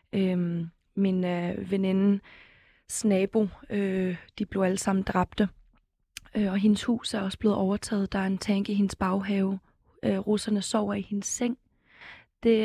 Min venindes nabo, de blev alle sammen dræbte. Og hendes hus er også blevet overtaget. Der er en tank i hendes baghave. Russerne sover i hendes seng. Det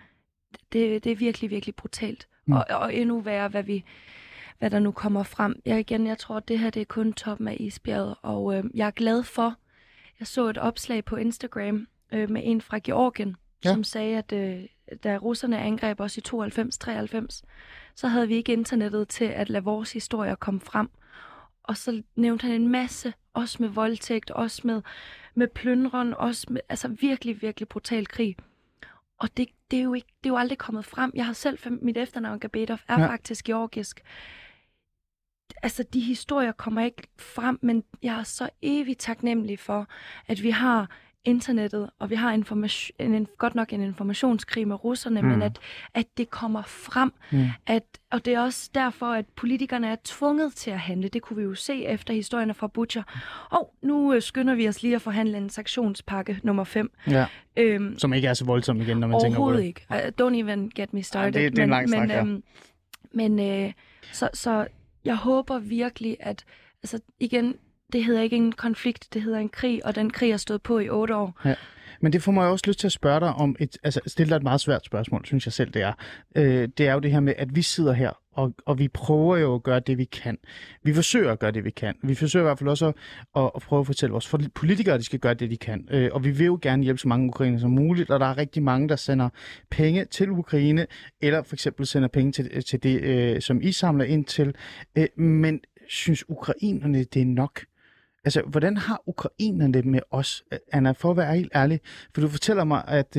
er virkelig, virkelig brutalt. Og endnu værre, hvad der nu kommer frem. Jeg tror, at det her det er kun toppen af isbjerget. Og jeg er glad for, jeg så et opslag på Instagram med en fra Georgien, som sagde, at da russerne angreb os i 92-93, så havde vi ikke internettet til at lade vores historier komme frem. Og så nævnte han en masse, også med voldtægt, også med plyndren, også med altså virkelig, virkelig brutal krig. Og det er jo aldrig kommet frem. Jeg har selv, mit efternavn Gabedov er faktisk georgisk. Altså, de historier kommer ikke frem, men jeg er så evigt taknemmelig for, at vi har internettet, og vi har godt nok en informationskrig med russerne, men at det kommer frem. Og det er også derfor, at politikerne er tvunget til at handle. Det kunne vi jo se efter historierne fra Bucha. Nu skynder vi os lige at forhandle en sanktionspakke nummer 5. Ja. Som ikke er så voldsom igen, når man tænker på det. Overhovedet ikke. Don't even get me started. Ja, det er en lang snak, så jeg håber virkelig, at altså igen, det hedder ikke en konflikt, det hedder en krig, og den krig har stået på i 8 år. Ja. Men det får mig også lyst til at spørge dig om stille dig et meget svært spørgsmål, synes jeg selv, det er. Det er jo det her med, at vi sidder her, og vi prøver jo at gøre det, vi kan. Vi forsøger at gøre det, vi kan. Vi forsøger i hvert fald også at prøve at fortælle vores politikere, at de skal gøre det, de kan. Og vi vil jo gerne hjælpe så mange ukrainer som muligt, og der er rigtig mange, der sender penge til Ukraine, eller for eksempel sender penge til det, som I samler ind til. Men synes ukrainerne, det er nok? Altså, hvordan har ukrainerne det med os, Anna, for at være helt ærlig? For du fortæller mig, at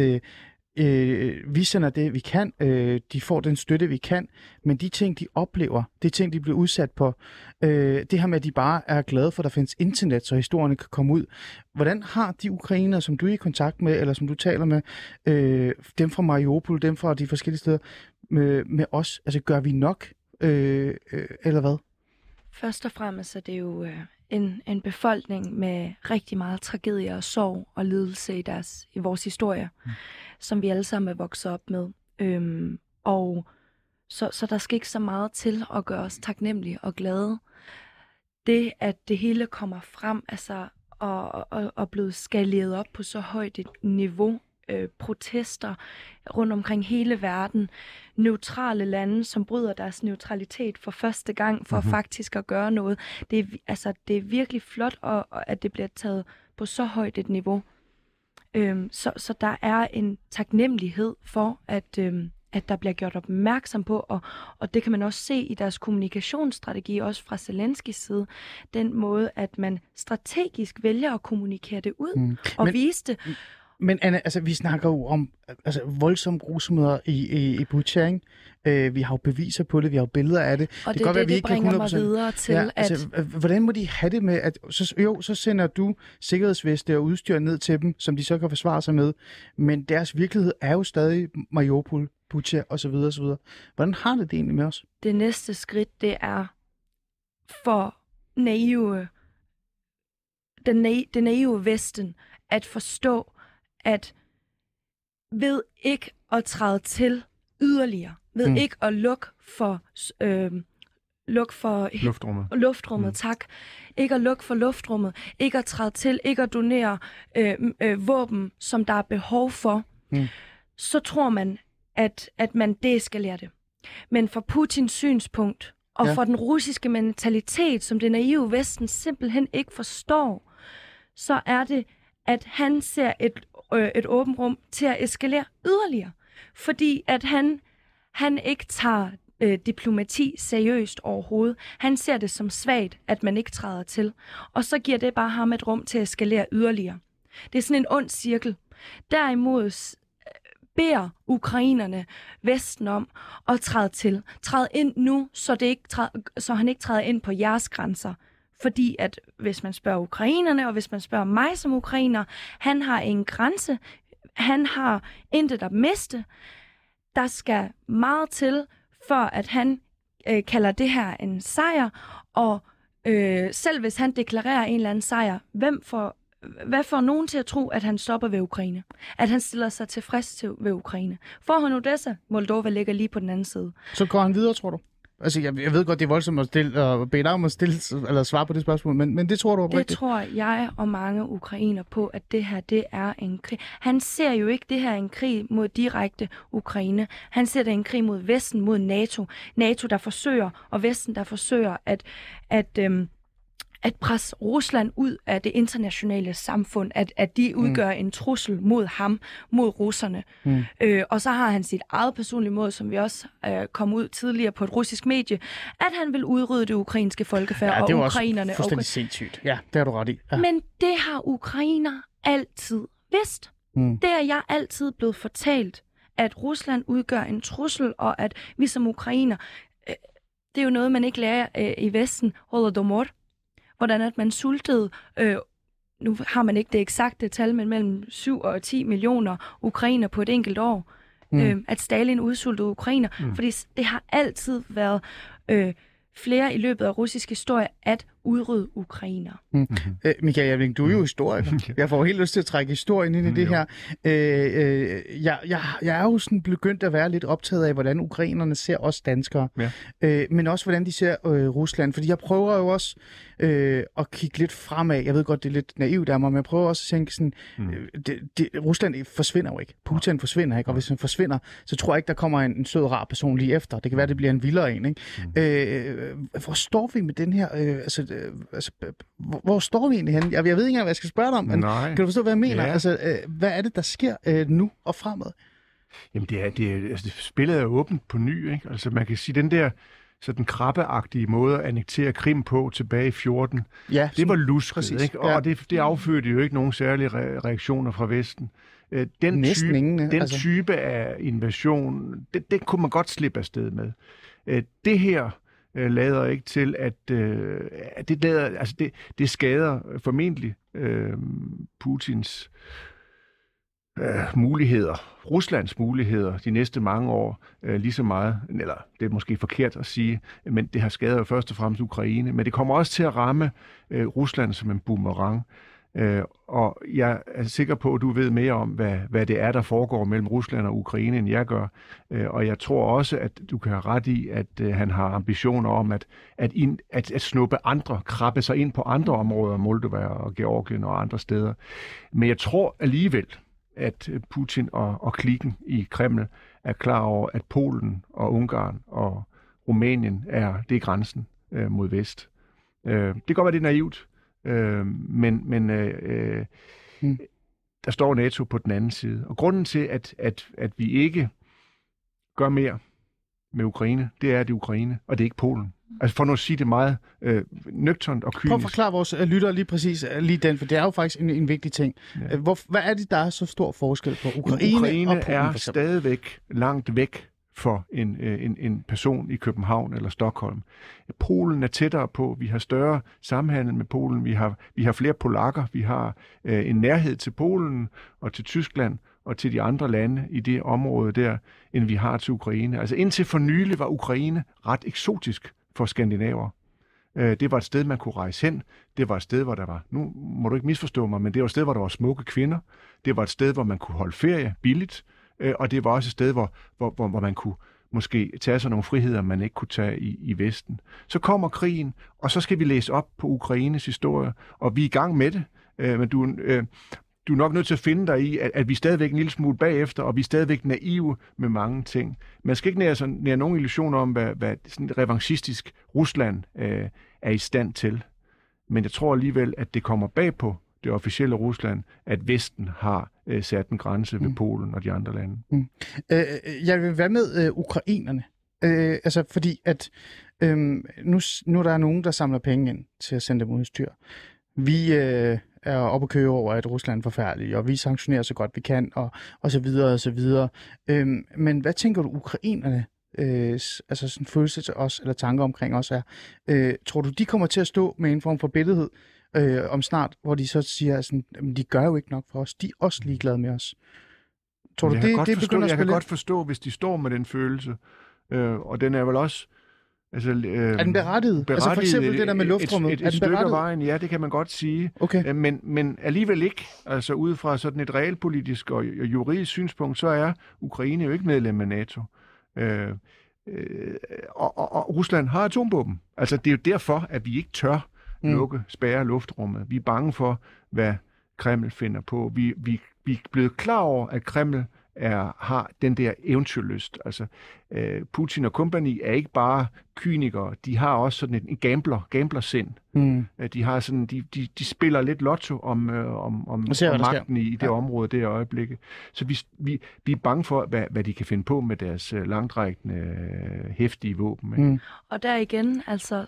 vi sender det, vi kan. De får den støtte, vi kan. Men de ting, de oplever, de ting, de bliver udsat på, det her med, at de bare er glade for, at der findes internet, så historierne kan komme ud. Hvordan har de ukrainere, som du er i kontakt med, eller som du taler med, dem fra Mariupol, dem fra de forskellige steder, med os? Altså, gør vi nok, eller hvad? Først og fremmest er det jo en befolkning med rigtig meget tragedie og sorg og lidelse i vores historie, som vi alle sammen er vokset op med. Og så der skal ikke så meget til at gøre os taknemmelige og glade. Det, at det hele kommer frem, altså og blevet skaleret op på så højt et niveau, protester rundt omkring hele verden, neutrale lande, som bryder deres neutralitet for første gang, for faktisk at gøre noget. Det er virkelig flot, at det bliver taget på så højt et niveau. Så der er en taknemmelighed for, at der bliver gjort opmærksom på, og det kan man også se i deres kommunikationsstrategi, også fra Zelenskys side, den måde, at man strategisk vælger at kommunikere det ud og vise det. Men Anna, altså, vi snakker jo om voldsomme grusomheder i Butcha, ikke? Vi har jo beviser på det, vi har jo billeder af det. Og det er det, det bringer mig videre til, ja, altså, hvordan må de have det med, at så sender du sikkerhedsveste og udstyr ned til dem, som de så kan forsvare sig med, men deres virkelighed er jo stadig Mariupol, Butcha osv. osv. Hvordan har det egentlig med os? Det næste skridt, det er for den naive Vesten at forstå, at ved ikke at træde til yderligere, ved ikke at lukke for luftrummet, tak. Ikke at lukke for luftrummet, ikke at træde til, ikke at donere våben, som der er behov for, så tror man, at man deeskalerer det. Men fra Putins synspunkt, og for den russiske mentalitet, som det naive Vesten simpelthen ikke forstår, så er det, at han ser et åbent rum til at eskalere yderligere. Fordi at han ikke tager diplomati seriøst overhovedet. Han ser det som svagt, at man ikke træder til. Og så giver det bare ham et rum til at eskalere yderligere. Det er sådan en ond cirkel. Derimod beder ukrainerne Vesten om at træde til. Træde ind nu, så han ikke træder ind på jeres grænser. Fordi at hvis man spørger ukrainerne, og hvis man spørger mig som ukrainer, han har en grænse, han har intet at miste. Der skal meget til, for at han kalder det her en sejr, og selv hvis han deklarerer en eller anden sejr, hvad får nogen til at tro, at han stopper ved Ukraine? At han stiller sig tilfreds ved Ukraine? Får han Odessa? Moldova ligger lige på den anden side. Så går han videre, tror du? Altså, jeg ved godt, det er voldsomt at bede dig om at stille, eller svare på det spørgsmål, men det tror du oprigtigt? Det tror jeg og mange ukrainer på, at det her, det er en krig. Han ser jo ikke det her en krig mod direkte Ukraine. Han ser det en krig mod Vesten, mod NATO. NATO, der forsøger, og Vesten, der forsøger at presse Rusland ud af det internationale samfund, at de udgør en trussel mod ham, mod russerne. Og så har han sit eget personlige mål, som vi også kom ud tidligere på et russisk medie, at han vil udrydde det ukrainske folkefærd og ukrainerne. Det er fuldstændig sindssygt. Ja, det har du ret i. Ja. Men det har ukrainer altid vidst. Det er jeg altid blevet fortalt, at Rusland udgør en trussel, og at vi som ukrainer, det er jo noget, man ikke lærer i Vesten, Holodomor, hvordan at man sultede, nu har man ikke det eksakte tal, men mellem 7 og 10 millioner ukrainer på et enkelt år, at Stalin udsultede ukrainer, fordi det har altid været flere i løbet af russisk historie at udrydde ukrainer. Michael Javling, du er jo historiker. Jeg får helt lyst til at trække historien ind i det her. Jeg er jo sådan begyndt at være lidt optaget af, hvordan ukrainerne ser os danskere, men også hvordan de ser Rusland, fordi jeg prøver jo også at kigge lidt fremad. Jeg ved godt, det er lidt naivt af mig, men jeg prøver også at tænke sådan, Rusland forsvinder jo ikke. Putin forsvinder ikke, og hvis han forsvinder, så tror jeg ikke, der kommer en sød, rar person lige efter. Det kan være, det bliver en vildere en, ikke? Hvor står vi med den her... hvor står vi egentlig henne? Jeg ved ikke engang, hvad jeg skal spørge dig om, men kan du forstå, hvad jeg mener? Ja. Altså, hvad er det, der sker nu og fremad? Jamen, det spillet er åbent på ny, ikke? Altså, man kan sige, den der sådan krabbeagtige måde at annektere Krim på tilbage i 14, det var lusket, ikke? Og det affødte jo ikke nogen særlige reaktioner fra Vesten. Den type af invasion, det kunne man godt slippe afsted med. Det her lader ikke til, at det skader formentlig Putins muligheder, Ruslands muligheder de næste mange år lige så meget, eller det er måske forkert at sige, men det har skadet jo først og fremmest Ukraine, men det kommer også til at ramme Rusland som en boomerang. Og jeg er sikker på, at du ved mere om, hvad det er, der foregår mellem Rusland og Ukraine, end jeg gør. Og jeg tror også, at du kan have ret i, at han har ambitioner om at snuppe krabbe sig ind på andre områder, Moldova og Georgien og andre steder. Men jeg tror alligevel, at Putin og klikken i Kreml er klar over, at Polen og Ungarn og Rumænien det er grænsen mod vest. Det kan godt være, det er naivt, men der står NATO på den anden side. Og grunden til, at vi ikke gør mere med Ukraine, det er Ukraine, og det er ikke Polen. Altså for nu at sige det meget nøgternt og kynisk. Prøv at forklare vores lyttere lige præcis lige den, for det er jo faktisk en vigtig ting. Ja. Hvad er det, der er så stor forskel på Ukraine og Polen? Er stadigvæk langt væk for en person i København eller Stockholm. Polen er tættere på. Vi har større samhandel med Polen. Vi har flere polakker. Vi har en nærhed til Polen og til Tyskland og til de andre lande i det område der, end vi har til Ukraine. Altså indtil for nylig var Ukraine ret eksotisk for skandinaver. Det var et sted, man kunne rejse hen. Det var et sted, hvor der var, nu må du ikke misforstå mig, men det var et sted, hvor der var smukke kvinder. Det var et sted, hvor man kunne holde ferie billigt. Og det var også et sted, hvor man kunne måske tage sig nogle friheder, man ikke kunne tage i Vesten. Så kommer krigen, og så skal vi læse op på Ukraines historie, og vi er i gang med det. Men du er nok nødt til at finde dig i, at vi er stadigvæk en lille smule bagefter, og vi er stadigvæk naive med mange ting. Man skal ikke nære nogen illusioner om, hvad sådan et revanchistisk Rusland er i stand til. Men jeg tror alligevel, at det kommer bag på det officielle Rusland, at Vesten har sat en grænse ved Polen og de andre lande. Jeg vil være med ukrainerne. Altså fordi, at nu er der nogen, der samler penge ind til at sende dem udstyr. Vi er oppe at køre over, at Rusland er forfærdelig, og vi sanktionerer så godt vi kan, og så videre, og så videre. Men hvad tænker du, ukrainerne, altså sådan følelse til os, eller tanker omkring os er, tror du, de kommer til at stå med en form for bitterhed om snart, hvor de så siger, sådan, de gør jo ikke nok for os, de er også ligeglade med os? Tror du, det begynder at spille? Jeg kan godt forstå, hvis de står med den følelse, og den er vel også... Altså, er den berettiget? Altså for eksempel det der med luftrummet. Et stykke af vejen, ja, det kan man godt sige. Okay. Men alligevel ikke. Altså ud fra sådan et realpolitisk og juridisk synspunkt, så er Ukraine jo ikke medlem af NATO. Og Rusland har atomvåben. Altså det er jo derfor, at vi ikke tør spærre luftrummet. Vi er bange for, hvad Kreml finder på. Vi er blevet klar over, at Kreml har den der eventyrlyst. Altså, Putin og company er ikke bare kynikere, de har også sådan en gamblersind. De har sådan, de spiller lidt lotto om magten i det område, det øjeblikket. Så vi er bange for, hvad de kan finde på med deres langtrækkende, heftige våben. Og der igen, altså,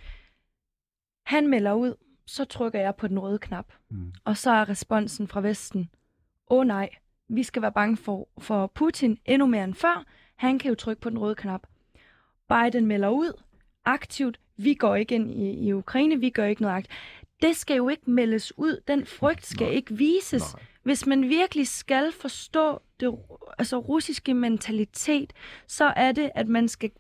han melder ud, så trykker jeg på den røde knap. Og så er responsen fra Vesten, nej, vi skal være bange for Putin endnu mere end før. Han kan jo trykke på den røde knap. Biden melder ud aktivt, vi går ikke ind i Ukraine, vi gør ikke noget aktivt. Det skal jo ikke meldes ud. Den frygt skal ikke vises. Hvis man virkelig skal forstå det russiske mentalitet, så er det, at man skal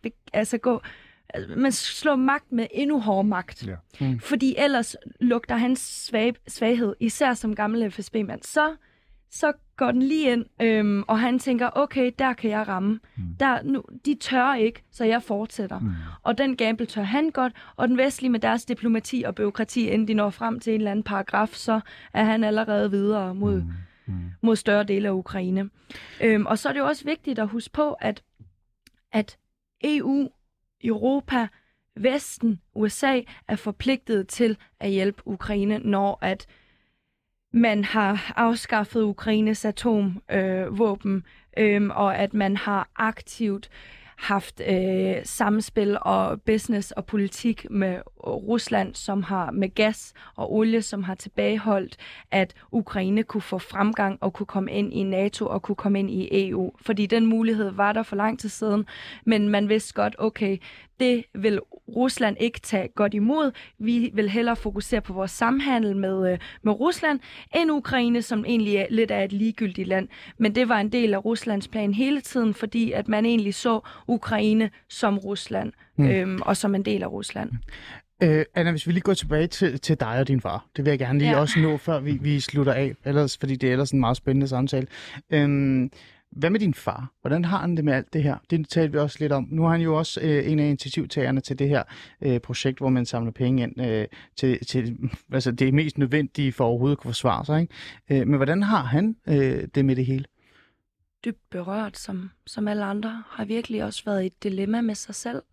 man slår magt med endnu hårdere magt. Ja. Fordi ellers lugter hans svaghed, især som gammel FSB-mand, så går den lige ind, og han tænker, okay, der kan jeg ramme. De tør ikke, så jeg fortsætter. Og den gamble tør han godt, og den vestlige med deres diplomati og byråkrati, inden de når frem til en eller anden paragraf, så er han allerede videre mod større dele af Ukraine. Og så er det jo også vigtigt at huske på, at EU, Europa, Vesten, USA er forpligtet til at hjælpe Ukraine, når at man har afskaffet Ukraines atomvåben, og at man har aktivt haft samspil og business og politik med Rusland, som har med gas og olie, som har tilbageholdt, at Ukraine kunne få fremgang og kunne komme ind i NATO og kunne komme ind i EU. Fordi den mulighed var der for lang tid siden, men man vidste godt, okay, det vil Rusland ikke tage godt imod. Vi vil hellere fokusere på vores samhandel med Rusland, end Ukraine, som egentlig lidt er et ligegyldigt land. Men det var en del af Ruslands plan hele tiden, fordi at man egentlig så Ukraine som Rusland, og som en del af Rusland. Anna, hvis vi lige går tilbage til dig og din far, det vil jeg gerne lige også nå, før vi slutter af, fordi det er ellers en meget spændende samtale. Hvad med din far? Hvordan har han det med alt det her? Det talte vi også lidt om. Nu er han jo også en af initiativtagerne til det her projekt, hvor man samler penge ind til altså det mest nødvendige for overhovedet at kunne forsvare sig. Ikke? Men hvordan har han det med det hele? Dybt berørt, som alle andre, har virkelig også været i et dilemma med sig selv.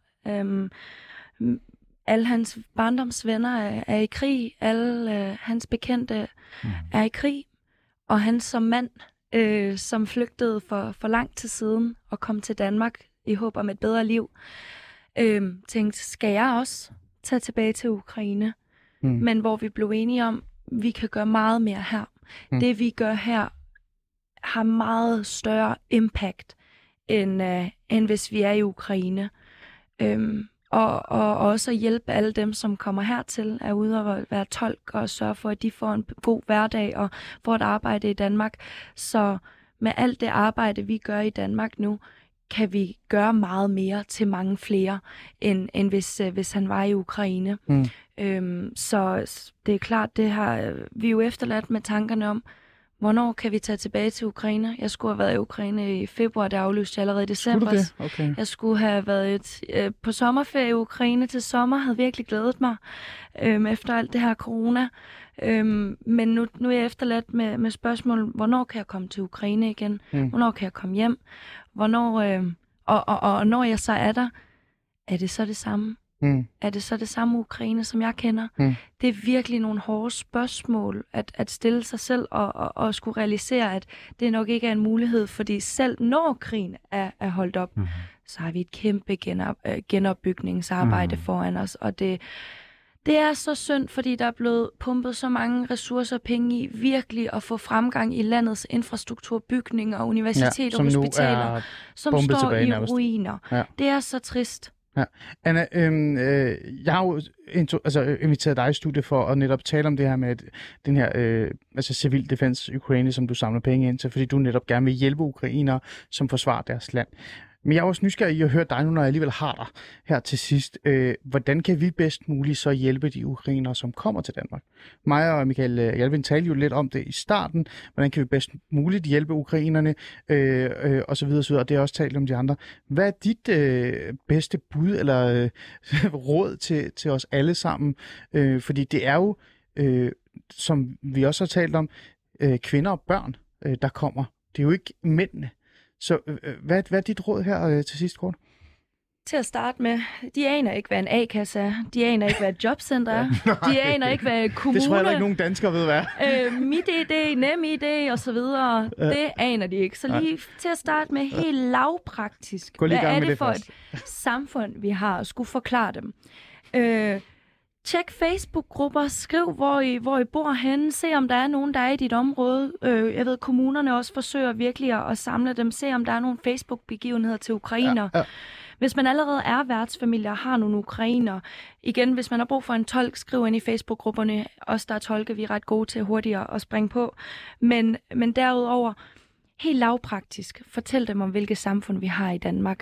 Alle hans barndomsvenner er i krig. Alle hans bekendte er i krig. Og han som mand, som flygtede for lang tid siden og kom til Danmark i håb om et bedre liv, tænkte, skal jeg også tage tilbage til Ukraine? Men hvor vi blev enige om, vi kan gøre meget mere her. Det vi gør her har meget større impact, end hvis vi er i Ukraine. Og også hjælpe alle dem, som kommer hertil, er ude og være tolk og sørge for, at de får en god hverdag og får et arbejde i Danmark. Så med alt det arbejde, vi gør i Danmark nu, kan vi gøre meget mere til mange flere, end hvis han var i Ukraine. Så det er klart, vi er jo efterladt med tankerne om, hvornår kan vi tage tilbage til Ukraine? Jeg skulle have været i Ukraine i februar, det aflyste jeg allerede i december. Okay. Jeg skulle have været på sommerferie i Ukraine til sommer, havde virkelig glædet mig efter alt det her corona. Men nu er jeg efterladt med spørgsmål, hvornår kan jeg komme til Ukraine igen? Hvornår kan jeg komme hjem? Hvornår, og når jeg så er der, er det så det samme? Er det så det samme Ukraine, som jeg kender? Det er virkelig nogle hårde spørgsmål at stille sig selv og skulle realisere, at det nok ikke er en mulighed, fordi selv når krigen er holdt op, så har vi et kæmpe genopbygningsarbejde foran os, og det er så synd, fordi der er blevet pumpet så mange ressourcer og penge i virkelig at få fremgang i landets infrastruktur, bygninger, universiteter og hospitaler, som står i ruiner. Ja. Det er så trist. Ja. Anna, jeg har jo inviteret dig i studiet for at netop tale om det her med den her Civil Defense Ukraine, som du samler penge ind til, fordi du netop gerne vil hjælpe ukrainere, som forsvarer deres land. Men jeg er også nysgerrig i at høre dig nu, når jeg alligevel har dig her til sidst. Hvordan kan vi bedst muligt så hjælpe de ukrainere, som kommer til Danmark? Mig og Michael Jalving talte jo lidt om det i starten. Hvordan kan vi bedst muligt hjælpe ukrainerne? Og så videre, og så videre. Og det er også talt om de andre. Hvad er dit bedste bud eller råd til os alle sammen? Fordi det er jo, som vi også har talt om, kvinder og børn, der kommer. Det er jo ikke mændene. Så hvad er dit råd her til sidst, kort? Til at starte med, de aner ikke, hvad en A-kasse er. De aner ikke, hvad et jobcenter er. De aner ikke, hvad kommune... Det tror jeg ikke nogen danskere ved, hvad MitID, NemID og så videre. Ja. Det aner de ikke. Så lige til at starte med helt lavpraktisk. Hvad er det for et samfund, vi har? Skulle forklare dem. Tjek Facebook-grupper, skriv, hvor I bor henne, se om der er nogen, der er i dit område. Jeg ved, kommunerne også forsøger virkelig at samle dem, se om der er nogle Facebook-begivenheder til ukrainer. Ja. Hvis man allerede er værtsfamilie og har nogle ukrainer, igen, hvis man har brug for en tolk, skriv ind i Facebook-grupperne. Os, der er tolke, vi er ret gode til hurtigere at springe på. Men derudover, helt lavpraktisk, fortæl dem om, hvilket samfund vi har i Danmark.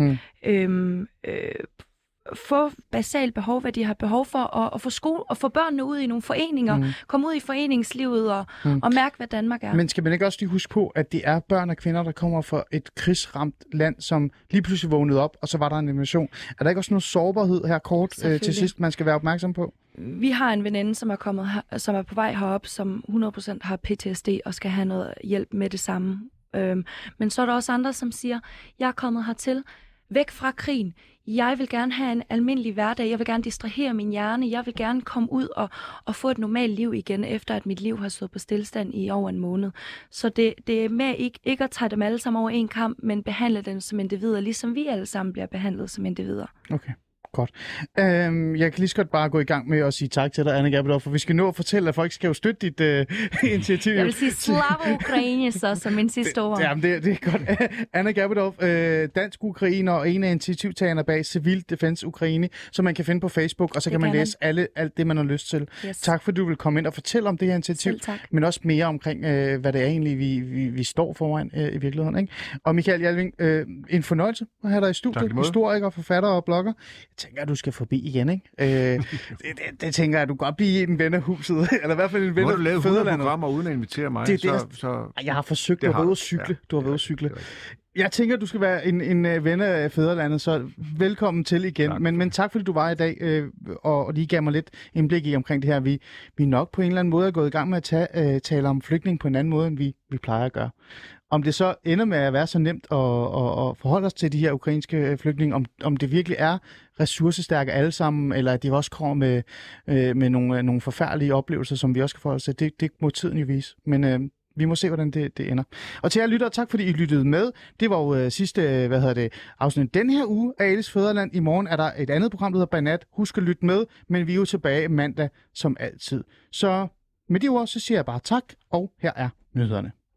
Få basalt behov, hvad de har behov for, at få skole og få børnene ud i nogle foreninger, komme ud i foreningslivet og mærke, hvad Danmark er. Men skal man ikke også lige huske på, at det er børn og kvinder, der kommer fra et krigsramt land, som lige pludselig vågnede op, og så var der en invasion. Er der ikke også noget sårbarhed her kort til sidst, man skal være opmærksom på? Vi har en veninde, som er kommet her, som er på vej herop, som 100% har PTSD og skal have noget hjælp med det samme. Men så er der også andre, som siger, jeg er kommet hertil, væk fra krigen. Jeg vil gerne have en almindelig hverdag. Jeg vil gerne distrahere min hjerne. Jeg vil gerne komme ud og få et normalt liv igen, efter at mit liv har stået på stillestand i over en måned. Så det er med ikke at tage dem alle sammen over en kamp, men behandle dem som individer, ligesom vi alle sammen bliver behandlet som individer. Okay. Godt. Jeg kan lige så godt bare gå i gang med at sige tak til dig, Anna Gabaldov, for vi skal nå at fortælle, at folk skal jo støtte dit initiativ. Jeg vil sige Slava Ukraine så som min sidste ord. Jamen, det er godt. Anna Gabaldov, dansk ukrainer og en af initiativtagerne bag Civil Defense Ukraine, som man kan finde på Facebook, og så kan man læse alt det, man har lyst til. Yes. Tak, fordi du vil komme ind og fortælle om det her initiativ, men også mere omkring, hvad det er egentlig, vi står foran i virkeligheden. Ikke? Og Michael Jalving, en fornøjelse at have dig i studiet. Historiker, forfatter og blogger. Jeg tænker, at du skal forbi igen, ikke? Det tænker jeg, at du godt blive en ven af huset, eller i hvert fald en ven af fædrelandet. Nu har du lavet 100 programmer uden at invitere mig, så... Jeg har forsøgt, du har været ude at cykle. Du har været ude at cykle. Jeg tænker, at du skal være en ven af fædrelandet, så velkommen til igen. Tak. Men tak, fordi du var i dag, og lige gav mig lidt indblik i omkring det her. Vi nok på en eller anden måde er gået i gang med at tale om flygtning på en anden måde, end vi plejer at gøre. Om det så ender med at være så nemt at forholde os til de her ukrainske flygtninge, om det virkelig er ressourcestærke alle sammen, eller at de også kommer med nogle forfærdelige oplevelser, som vi også skal forholde os til, det må tiden jo vise. Men Vi må se, hvordan det ender. Og til jer lyttere, tak fordi I lyttede med. Det var jo sidste afsnit den her uge af Alis Fædreland. I morgen er der et andet program, der hedder Banat. Husk at lytte med, men vi er jo tilbage mandag som altid. Så med de ord, så siger jeg bare tak, og her er nyhederne.